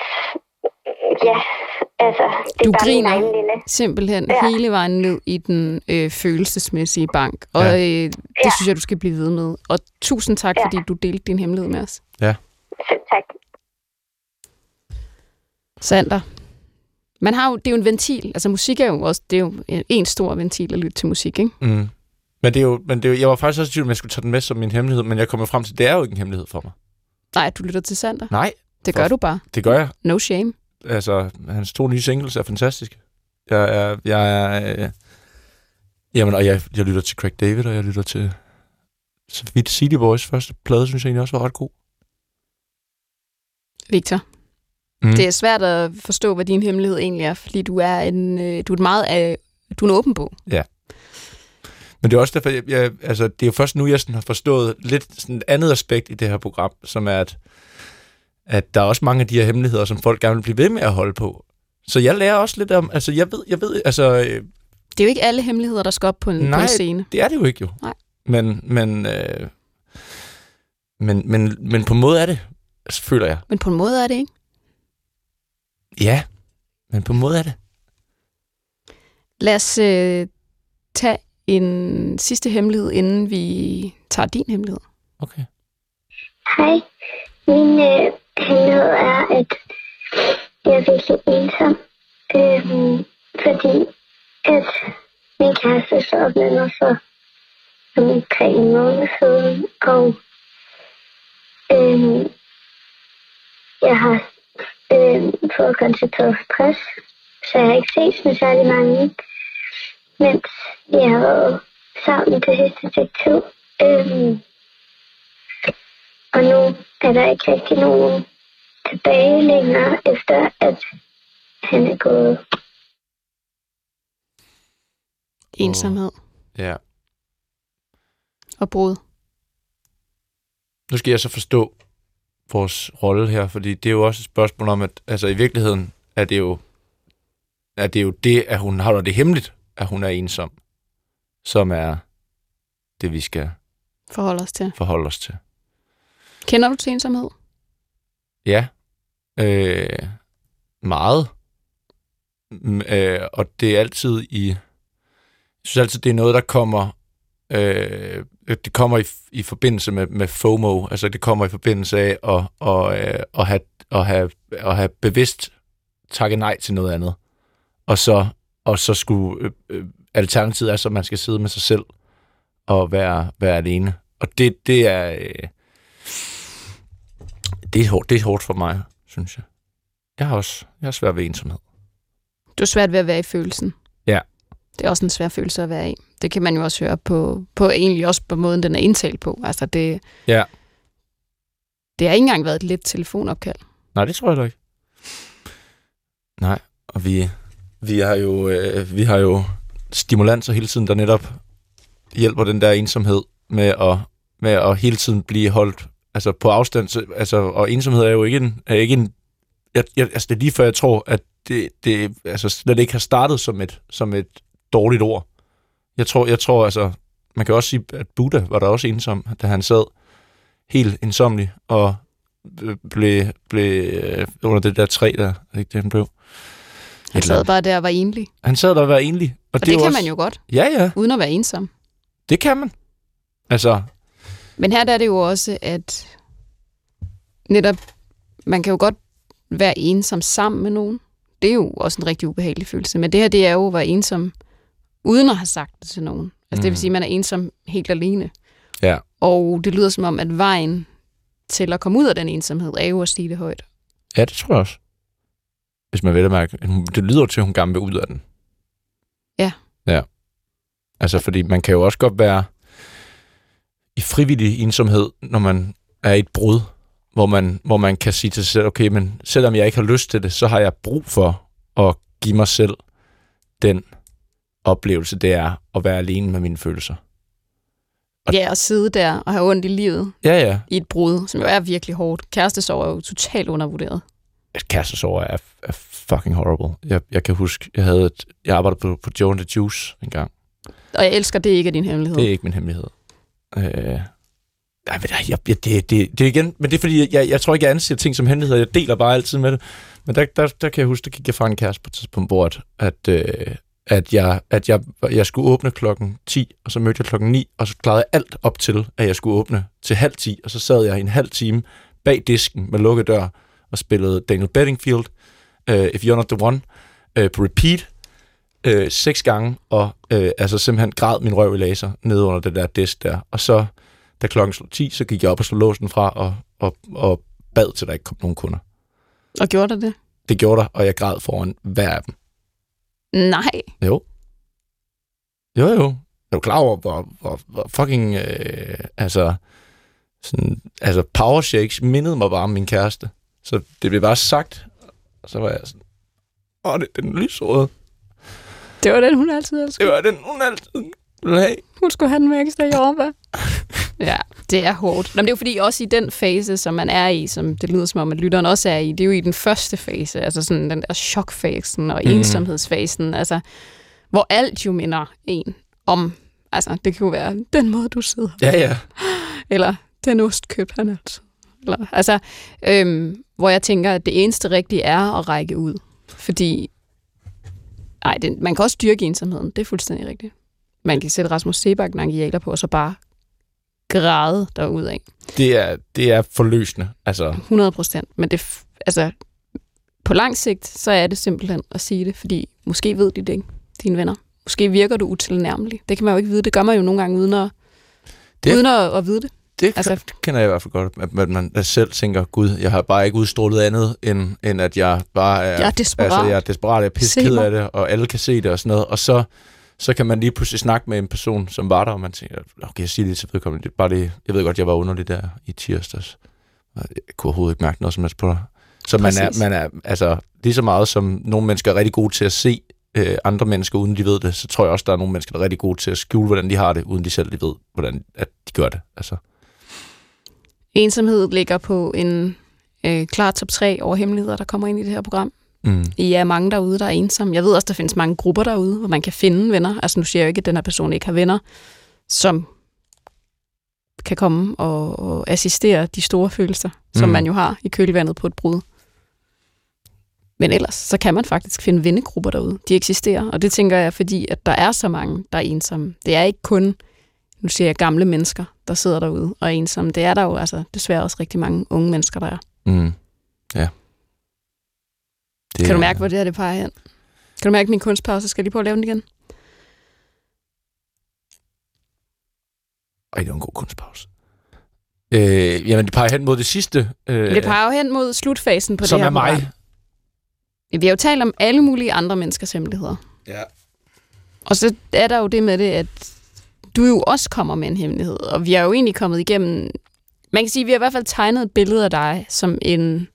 det du er bare griner min egen lille. Simpelthen hele vejen ned i den følelsesmæssige bank, og det synes jeg, du skal blive ved med. Og tusind tak, fordi du delte din hemmelighed med os. Ja. Selv tak. Sander, det er jo en ventil. Altså musik er jo også, det er jo en stor ventil at lytte til musik, ikke? Mm. Men det er jo, jeg var faktisk også i tvivl, om jeg skulle tage den med som min hemmelighed, men jeg kommer frem til, det er jo ikke en hemmelighed for mig. Nej, du lytter til Sander? Nej. Det gør du bare. Det gør jeg. No shame. Altså, hans 2 nye singles er fantastiske. Jamen, og jeg lytter til Craig David, og jeg lytter til City Boys første plade, synes jeg egentlig også var ret god. Victor, det er svært at forstå, hvad din hemmelighed egentlig er, fordi du er en åben bog. Ja. Men det er også derfor, det er jo først nu, jeg sådan har forstået lidt sådan et andet aspekt i det her program, som er, at der er også mange af de her hemmeligheder, som folk gerne vil blive ved med at holde på. Så jeg lærer også lidt om, altså jeg ved, altså... Det er jo ikke alle hemmeligheder, der skal op på en scene. Nej, det er det jo ikke jo. Nej. Men på en måde er det, altså, føler jeg. Men på en måde er det ikke? Ja, men på en måde er det. Lad os tage en sidste hemmelighed, inden vi tager din hemmelighed. Okay. Hej. Min hemmelighed er, at jeg er virkelig ensom. Fordi at min kæreste så op med mig for omkring en måned siden, og jeg har fået konstateret stress, så jeg har ikke ses med særlig mange, mens jeg har været sammen det sidste stykke tid. Og nu er der ikke rigtig nogen tilbage længere, efter at han er gået. Ensomhed. Ja. Og brud. Nu skal jeg så forstå vores rolle her, fordi det er jo også et spørgsmål om, at altså, i virkeligheden er det jo det, at hun holder det hemmeligt, at hun er ensom, som er det, vi skal forholde os til. Kender du til ensomhed? Ja. Meget. Og det er altid synes altid, det er noget, der kommer... det kommer i forbindelse med FOMO. Altså, det kommer i forbindelse af at have bevidst takket nej til noget andet. Og så skulle... alternativet er så, at man skal sidde med sig selv og være alene. Og det er... det er hårdt for mig, synes jeg. Jeg har svært ved ensomhed. Du er svært ved at være i følelsen. Ja. Det er også en svær følelse at være i. Det kan man jo også høre på egentlig også på måden, den er indtalt på. Altså det... Ja. Det har ikke engang været et let telefonopkald. Nej, det tror jeg da ikke. Nej, og vi har jo stimulanser hele tiden, der netop hjælper den der ensomhed med at hele tiden blive holdt altså på afstand. Altså, og ensomhed er jo ikke en altså det er lige før jeg tror, at det altså slet ikke har startet som et dårligt ord. Jeg tror altså, man kan også sige, at Buddha var der også ensom, da han sad helt ensomlig og blev under det der træ der, ikke det han blev. Han sad bare der og var enlig. Han sad der og var enlig. Og det kan også... man jo godt. Ja. Uden at være ensom. Det kan man. Altså. Men her der er det jo også, at netop, man kan jo godt være ensom sammen med nogen. Det er jo også en rigtig ubehagelig følelse. Men det her, det er jo at være ensom, uden at have sagt det til nogen. Altså det vil sige, at man er ensom helt alene. Ja. Og det lyder som om, at vejen til at komme ud af den ensomhed, er jo at sige det højt. Ja, det tror jeg også. Hvis man vil mærke. Det lyder til, at hun gerne vil ud af den. Ja. Ja. Altså, fordi man kan jo også godt være i frivillig ensomhed, når man er i et brud, hvor man kan sige til sig selv, okay, men selvom jeg ikke har lyst til det, så har jeg brug for at give mig selv den oplevelse, det er at være alene med mine følelser. Ja, og sidde der og have ondt i livet. Ja. I et brud, som jo er virkelig hårdt. Kærestesorg er jo totalt undervurderet. Kærestesorg er fucking horrible. Jeg kan huske, jeg arbejdede på Joe and the Juice en gang. Og jeg elsker, det ikke er din hemmelighed. Det er ikke min hemmelighed. Det er igen, men det er fordi, jeg tror ikke, jeg anser ting som hemmeligheder. Jeg deler bare altid med det. Men der kan jeg huske, der gik jeg fra en kæreste på et tidspunkt bord, at jeg skulle åbne klokken 10, og så mødte jeg klokken 9, og så klarede jeg alt op til, at jeg skulle åbne til 9:30, og så sad jeg i en halv time bag disken med lukket dør og spillede Daniel Bedingfield, If You're Not The One, på repeat 6 gange, og altså simpelthen græd min røv i laser nede under det der disk der. Og så, da klokken slog 10, så gik jeg op og slog låsen fra og bad til, der ikke kom nogen kunder. Og gjorde det? Det gjorde der, og jeg græd foran hver af dem. Nej. Jo. Jeg er jo klar over, hvor fucking power shakes mindede mig bare om min kæreste. Så det blev bare sagt, og så var jeg sådan, det er den lysrøde. Det var den, hun altid elskede. Det var den, hun altid ville have. Hun skulle have den med ekstra jordbær. Ja, det er hårdt. Men det er jo fordi, også i den fase, som man er i, som det lyder som om, at lytteren også er i, det er jo i den første fase, altså sådan den der chokfasen og ensomhedsfasen, altså, hvor alt jo minder en om, altså, det kan jo være den måde, du sidder. Ja. Eller den ost købte han altid. Eller, altså, hvor jeg tænker, at det eneste rigtige er at række ud. Fordi, man kan også styrke ensomheden, det er fuldstændig rigtigt. Man kan sætte Rasmus Seebach nangialer på, og så bare græde derudad. Det er forløsende. Altså. 100%. Men det, altså, på lang sigt, så er det simpelthen at sige det, fordi måske ved de det ikke, dine venner. Måske virker du utilnærmelig. Det kan man jo ikke vide. Det gør man jo nogle gange uden at vide det. Det kender jeg i hvert fald godt, at man selv tænker, gud, jeg har bare ikke udstrålet andet, end at jeg bare er... Jeg er desperat. Altså, jeg er desperat, jeg er pisseked af det, og alle kan se det og sådan noget. Og så kan man lige pludselig snakke med en person, som var der, og man tænker, okay, jeg siger det til vedkommende. Det er bare det, jeg ved godt, jeg var underlig der i tirsdags. Jeg kunne overhovedet ikke mærke noget som helst på dig. Så man er altså lige så meget som nogle mennesker er rigtig gode til at se andre mennesker, uden de ved det, så tror jeg også, der er nogle mennesker, der er rigtig gode til at skjule, hvordan de har det, uden de selv ved, hvordan at de gør det. Altså. Ensomhed ligger på en klar top 3 over hemmeligheder, der kommer ind i det her program. I er mange derude, der er ensomme. Jeg ved også, der findes mange grupper derude, hvor man kan finde venner. Altså nu siger jeg jo ikke, at den her person ikke har venner, som kan komme og assistere de store følelser, som man jo har i kølvandet på et brud. Men ellers, så kan man faktisk finde vennegrupper derude. De eksisterer, og det tænker jeg, fordi at der er så mange, der er ensomme. Det er ikke kun, nu siger jeg, gamle mennesker, der sidder derude og er ensomme. Det er der jo altså desværre også rigtig mange unge mennesker, der er. Mm. Ja. Kan du mærke, hvor det her det peger hen? Kan du mærke min kunstpause? Skal jeg lige prøve at lave den igen? Det var en god kunstpause. Jamen, det peger hen mod det sidste. Det peger jo hen mod slutfasen på det her. Som er mig. Program. Vi har jo talt om alle mulige andre menneskers hemmeligheder. Ja. Og så er der jo det med det, at du jo også kommer med en hemmelighed. Og vi har jo egentlig kommet igennem... Man kan sige, at vi har i hvert fald tegnet et billede af dig som en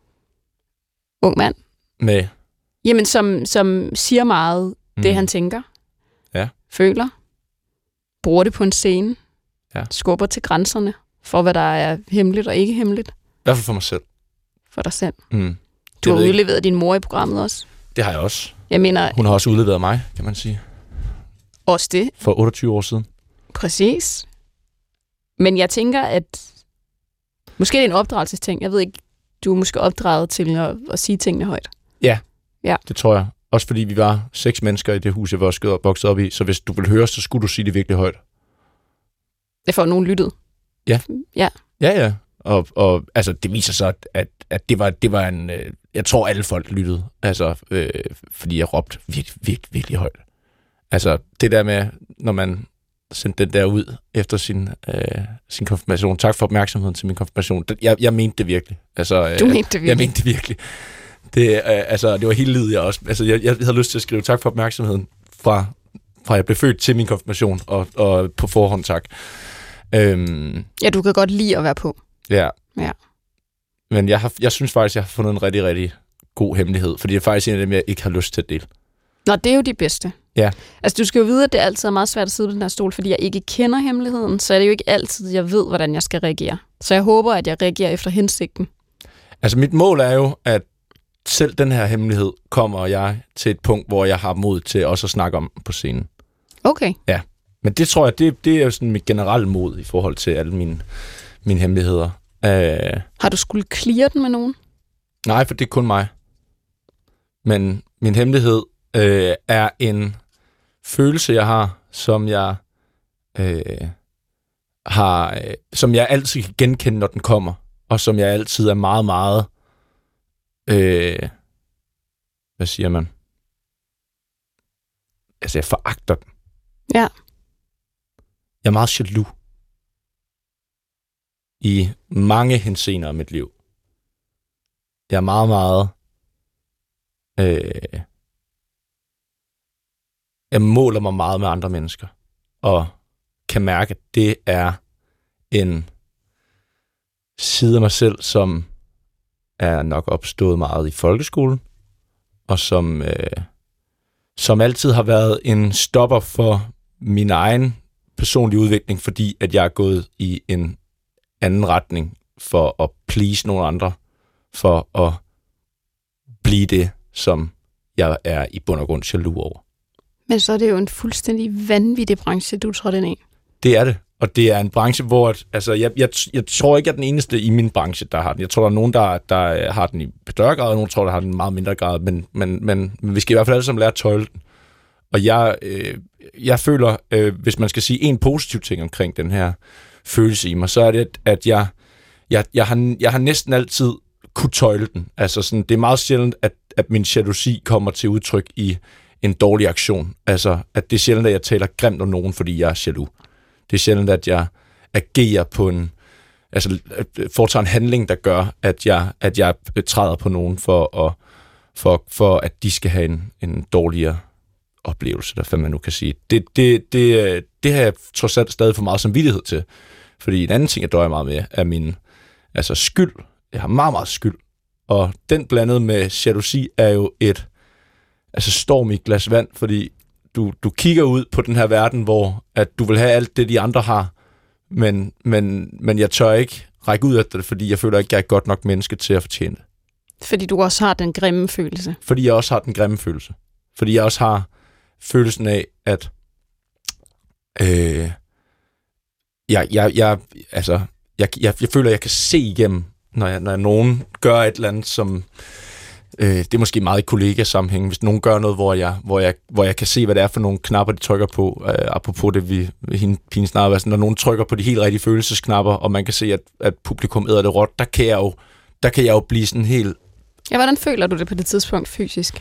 ung mand. Med? Jamen, som siger meget det, han tænker. Ja. Føler. Bruger det på en scene. Ja. Skubber til grænserne for, hvad der er hemmeligt og ikke hemmeligt. I hvert fald for mig selv. For dig selv. Mm. Du har udleveret din mor i programmet også. Det har jeg også. Jeg mener... Hun har også udleveret mig, kan man sige. Også det. For 28 år siden. Præcis. Men jeg tænker, at... Måske det er en opdragelsesting. Jeg ved ikke, du er måske opdraget til at sige tingene højt. Ja, ja, det tror jeg. Også fordi vi var 6 mennesker i det hus, jeg var vokset op i. Så hvis du vil høre, så skulle du sige det virkelig højt. Det får nogen lyttet. Ja. Ja. Ja. Og altså, det viser sig, at det var en... Jeg tror, alle folk lyttede. Altså, fordi jeg råbte virkelig højt. Altså, det der med, når man sendte den der ud efter sin konfirmation. Tak for opmærksomheden til min konfirmation. Jeg mente det virkelig. Altså, du mente det virkelig? Jeg mente det virkelig. Det var hele livet, jeg også... Altså, jeg havde lyst til at skrive tak for opmærksomheden fra jeg blev født til min konfirmation, og på forhånd tak. Ja, du kan godt lide at være på. Ja. Ja. Men jeg synes faktisk, jeg har fundet en rigtig, rigtig god hemmelighed, fordi det er faktisk en af dem, jeg ikke har lyst til at dele. Nå, det er jo de bedste. Ja. Altså, du skal jo vide, at det altid er meget svært at sidde på den her stol, fordi jeg ikke kender hemmeligheden, så er det jo ikke altid, jeg ved, hvordan jeg skal reagere. Så jeg håber, at jeg reagerer efter hensigten. Altså, mit mål er jo, at selv den her hemmelighed kommer jeg til et punkt, hvor jeg har mod til også at snakke om på scenen. Okay. Ja. Men det tror jeg, det er jo sådan mit generelle mod i forhold til alle mine hemmeligheder. Har du skulle clear den med nogen? Nej, for det er kun mig. Men min hemmelighed er en følelse, jeg har, som jeg som jeg altid kan genkende, når den kommer, og som jeg altid er meget, meget hvad siger man? Altså, jeg foragter den. Ja. Jeg er meget jaloux i mange henseender af mit liv. Jeg er meget, meget... jeg måler mig meget med andre mennesker, og kan mærke, at det er en side af mig selv, som er nok opstået meget i folkeskolen, og som altid har været en stopper for min egen personlige udvikling, fordi at jeg er gået i en anden retning for at please nogle andre, for at blive det, som jeg er i bund og grund jaloux over. Men så er det jo en fuldstændig vanvittig branche, du tror, den er. Det er det. Og det er en branche, hvor... Altså, jeg tror ikke, jeg er den eneste i min branche, der har den. Jeg tror, der er nogen, der har den i større grad, og nogen tror, der har den i meget mindre grad. Men vi skal i hvert fald alle sammen lære at tøjle den. Og jeg føler, hvis man skal sige en positiv ting omkring den her følelse i mig, så er det, at jeg har næsten altid kunne tøjle den. Altså, sådan, det er meget sjældent, at min jalousi kommer til udtryk i en dårlig aktion. Altså, at det er sjældent, at jeg taler grimt om nogen, fordi jeg er jaloux. Det er sjældent, at jeg agerer på foretager en handling, der gør, at jeg træder på nogen for at de skal have en dårligere oplevelse, der man nu kan sige. Det har jeg trods alt stadig for meget samvittighed til. Fordi en anden ting, jeg døjer meget med, er min skyld. Jeg har meget, meget skyld. Og den blandet med jalousi er jo et storm i et glas vand, fordi du kigger ud på den her verden, hvor at du vil have alt det, de andre har, men jeg tør ikke række ud efter det, fordi jeg føler ikke, jeg er et godt nok menneske til at fortjene det. Fordi du også har den grimme følelse. Fordi jeg også har den grimme følelse. Fordi jeg også har følelsen af, at jeg føler, at jeg kan se igennem, når nogen gør et eller andet, det er måske meget i kollegasammenhæng, hvis nogen gør noget, hvor jeg kan se, hvad det er for nogle knapper, de trykker på. Apropos det, Pine snakker, når nogen trykker på de helt rigtige følelsesknapper, og man kan se, at publikum æder det råt, der kan jeg jo blive sådan helt... Ja, hvordan føler du det på det tidspunkt fysisk?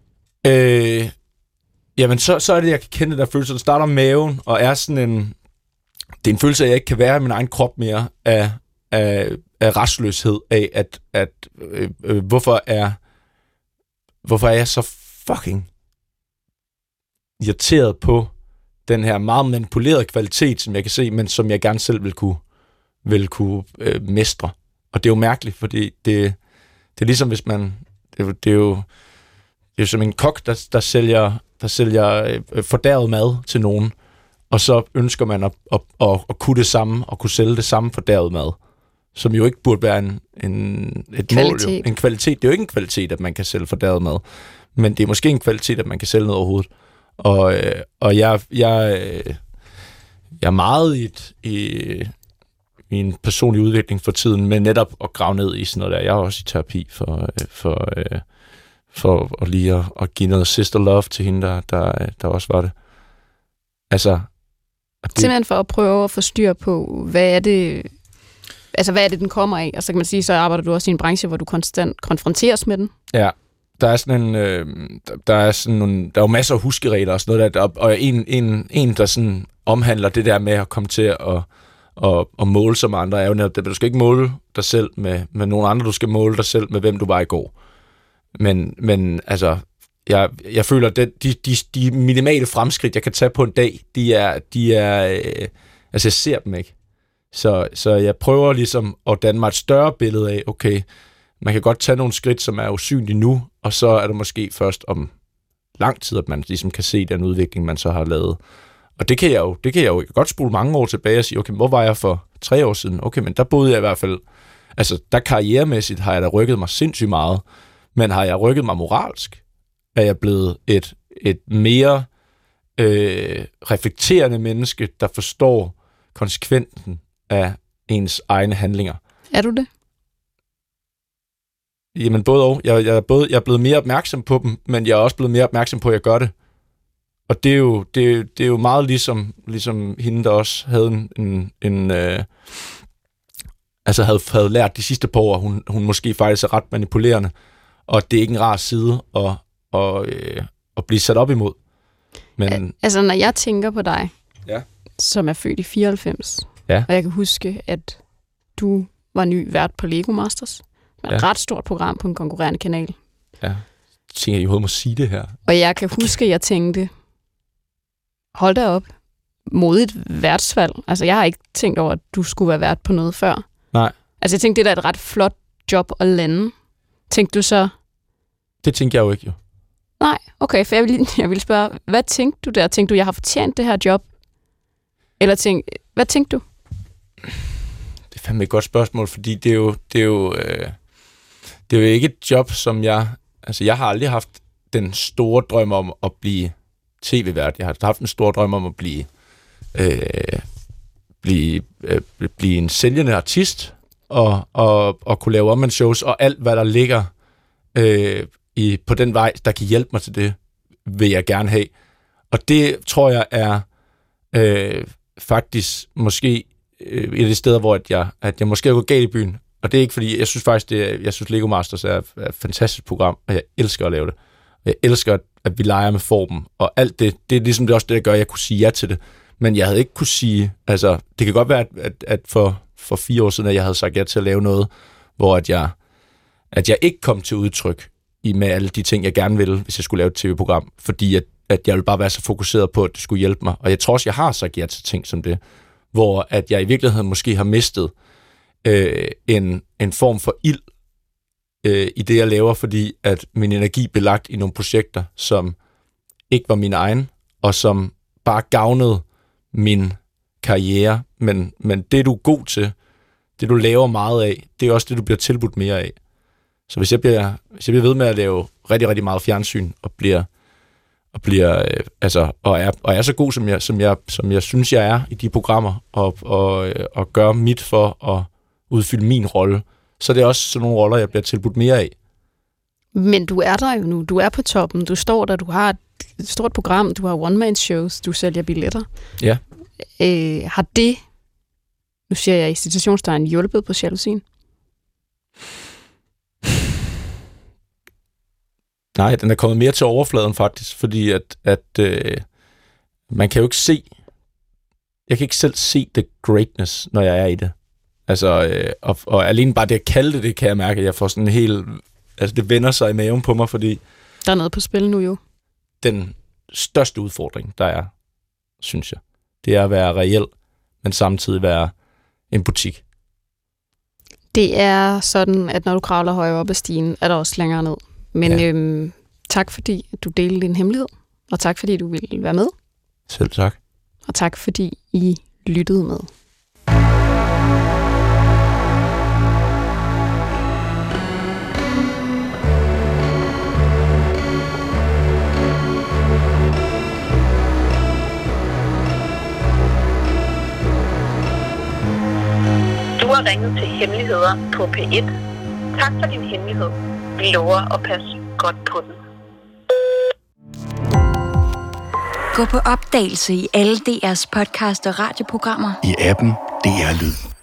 Jamen, så er det, jeg kan kende den der følelse. Det starter maven, og er sådan en... Det er en følelse af, at jeg ikke kan være i min egen krop mere, af restløshed, af hvorfor er jeg så fucking irriteret på den her meget manipulerede kvalitet, som jeg kan se, men som jeg gerne selv vil kunne mestre. Og det er jo mærkeligt, fordi det er ligesom hvis man... Det er jo som en kok, der sælger fordærvet mad til nogen, og så ønsker man at kunne det samme, og kunne sælge det samme fordærvet mad, som jo ikke burde være et kvalitet. Mål. En kvalitet. Det er jo ikke en kvalitet, at man kan sælge fordærvet mad, men det er måske en kvalitet, at man kan sælge noget overhovedet. Og jeg er meget i min personlige udvikling for tiden, med netop at grave ned i sådan noget der. Jeg er også i terapi for lige at give noget sister love til hende, der også var det. Altså... Simpelthen for at prøve at få styr på, hvad er det, den kommer af? Og så kan man sige, så arbejder du også i en branche, hvor du konstant konfronteres med den. Ja, der er sådan der er jo masser af huskeregler og sådan noget der, og en der sådan omhandler det der med at komme til at måle sig med andre, er jo netop det, du skal ikke måle dig selv med nogen andre, du skal måle dig selv med, hvem du var i går. Men altså, jeg føler, at de minimale fremskridt, jeg kan tage på en dag, de er altså jeg ser dem ikke. Så jeg prøver ligesom at danne mig et større billede af, okay, man kan godt tage nogle skridt, som er usynlige nu, og så er det måske først om lang tid, at man ligesom kan se den udvikling, man så har lavet. Og det kan jeg jo godt spole mange år tilbage og sige, okay, hvor var jeg for 3 år siden? Okay, men der boede jeg i hvert fald, altså der karrieremæssigt har jeg da rykket mig sindssygt meget, men har jeg rykket mig moralsk? Er jeg blevet et mere reflekterende menneske, der forstår konsekvensen af ens egne handlinger? Er du det? Jamen både og. Jeg er blevet mere opmærksom på dem, men jeg er også blevet mere opmærksom på, at jeg gør det. Og det er jo meget ligesom hende, der også havde havde lært de sidste par år, hun måske faktisk er ret manipulerende, og det er ikke en rar side at blive sat op imod. Men... Altså, når jeg tænker på dig, ja, som er født i 94, ja, og jeg kan huske, at du var ny vært på Lego Masters, et ret stort program på en konkurrerende kanal. Ja, jeg tænker, I overhovedet må sige det her. Og jeg kan huske, at jeg tænkte, hold da op, modigt værtsvalg. Altså, jeg har ikke tænkt over, at du skulle være vært på noget før. Nej. Altså, jeg tænkte, det er et ret flot job at lande. Tænkte du så... Det tænkte jeg jo ikke, jo. Nej, okay, for jeg vil spørge, hvad tænkte du der? Tænkte du, jeg har fortjent det her job? Eller hvad tænkte du? Det er fandme et godt spørgsmål, fordi det er jo ikke et job, som jeg... Altså, jeg har aldrig haft den store drøm om at blive tv-vært. Jeg har haft en stor drøm om at blive en sælgende artist, og kunne lave one-man-shows, og alt, hvad der ligger på den vej, der kan hjælpe mig til det, vil jeg gerne have. Og det tror jeg er faktisk måske et af de steder, hvor at jeg måske er gået galt i byen. Og det er ikke fordi, jeg synes faktisk, jeg synes Lego Masters er et fantastisk program, og jeg elsker at lave det. Jeg elsker, at vi leger med formen, og alt det er ligesom det også det, der gør, at jeg kunne sige ja til det. Men jeg havde ikke kunne sige, altså, det kan godt være, at for 4 år siden, at jeg havde sagt ja til at lave noget, hvor at jeg ikke kom til udtryk med alle de ting, jeg gerne ville, hvis jeg skulle lave et tv-program, fordi at jeg ville bare være så fokuseret på, at det skulle hjælpe mig. Og jeg tror også, jeg har sagt ja til ting som det, hvor at jeg i virkeligheden måske har mistet en form for ild i det, jeg laver, fordi at min energi blev lagt i nogle projekter, som ikke var min egen, og som bare gavnede min karriere. Men det, du er god til, det, du laver meget af, det er også det, du bliver tilbudt mere af. Så hvis jeg bliver ved med at lave rigtig, rigtig meget fjernsyn, og er så god, som jeg synes, jeg er i de programmer, og gør mit for at udfylde min rolle, så er det også sådan nogle roller, jeg bliver tilbudt mere af. Men du er der jo nu. Du er på toppen. Du står der. Du har et stort program. Du har one-man-shows. Du sælger billetter. Ja. Har det, nu siger jeg i citationstegn, hjulpet på jalousien? Nej, den er kommet mere til overfladen faktisk, fordi at man kan jo ikke se, jeg kan ikke selv se the greatness, når jeg er i det. Altså, og alene bare det at kalde det, kan jeg mærke, at jeg får sådan en helt, altså det vender sig i maven på mig, fordi der er noget på spil nu jo. Den største udfordring, der er, synes jeg, det er at være reel, men samtidig være en butik. Det er sådan, at når du kravler højere op ad stigen, er der også længere ned. Men tak fordi du delte din hemmelighed, og tak fordi du ville være med. Selv tak. Og tak fordi I lyttede med. Du har ringet til Hemmeligheder på P1. Tak for din hemmelighed. Vi lover at passe godt på den. Gå på opdagelse i alle DR's podcast og radioprogrammer. I appen DR Lyd.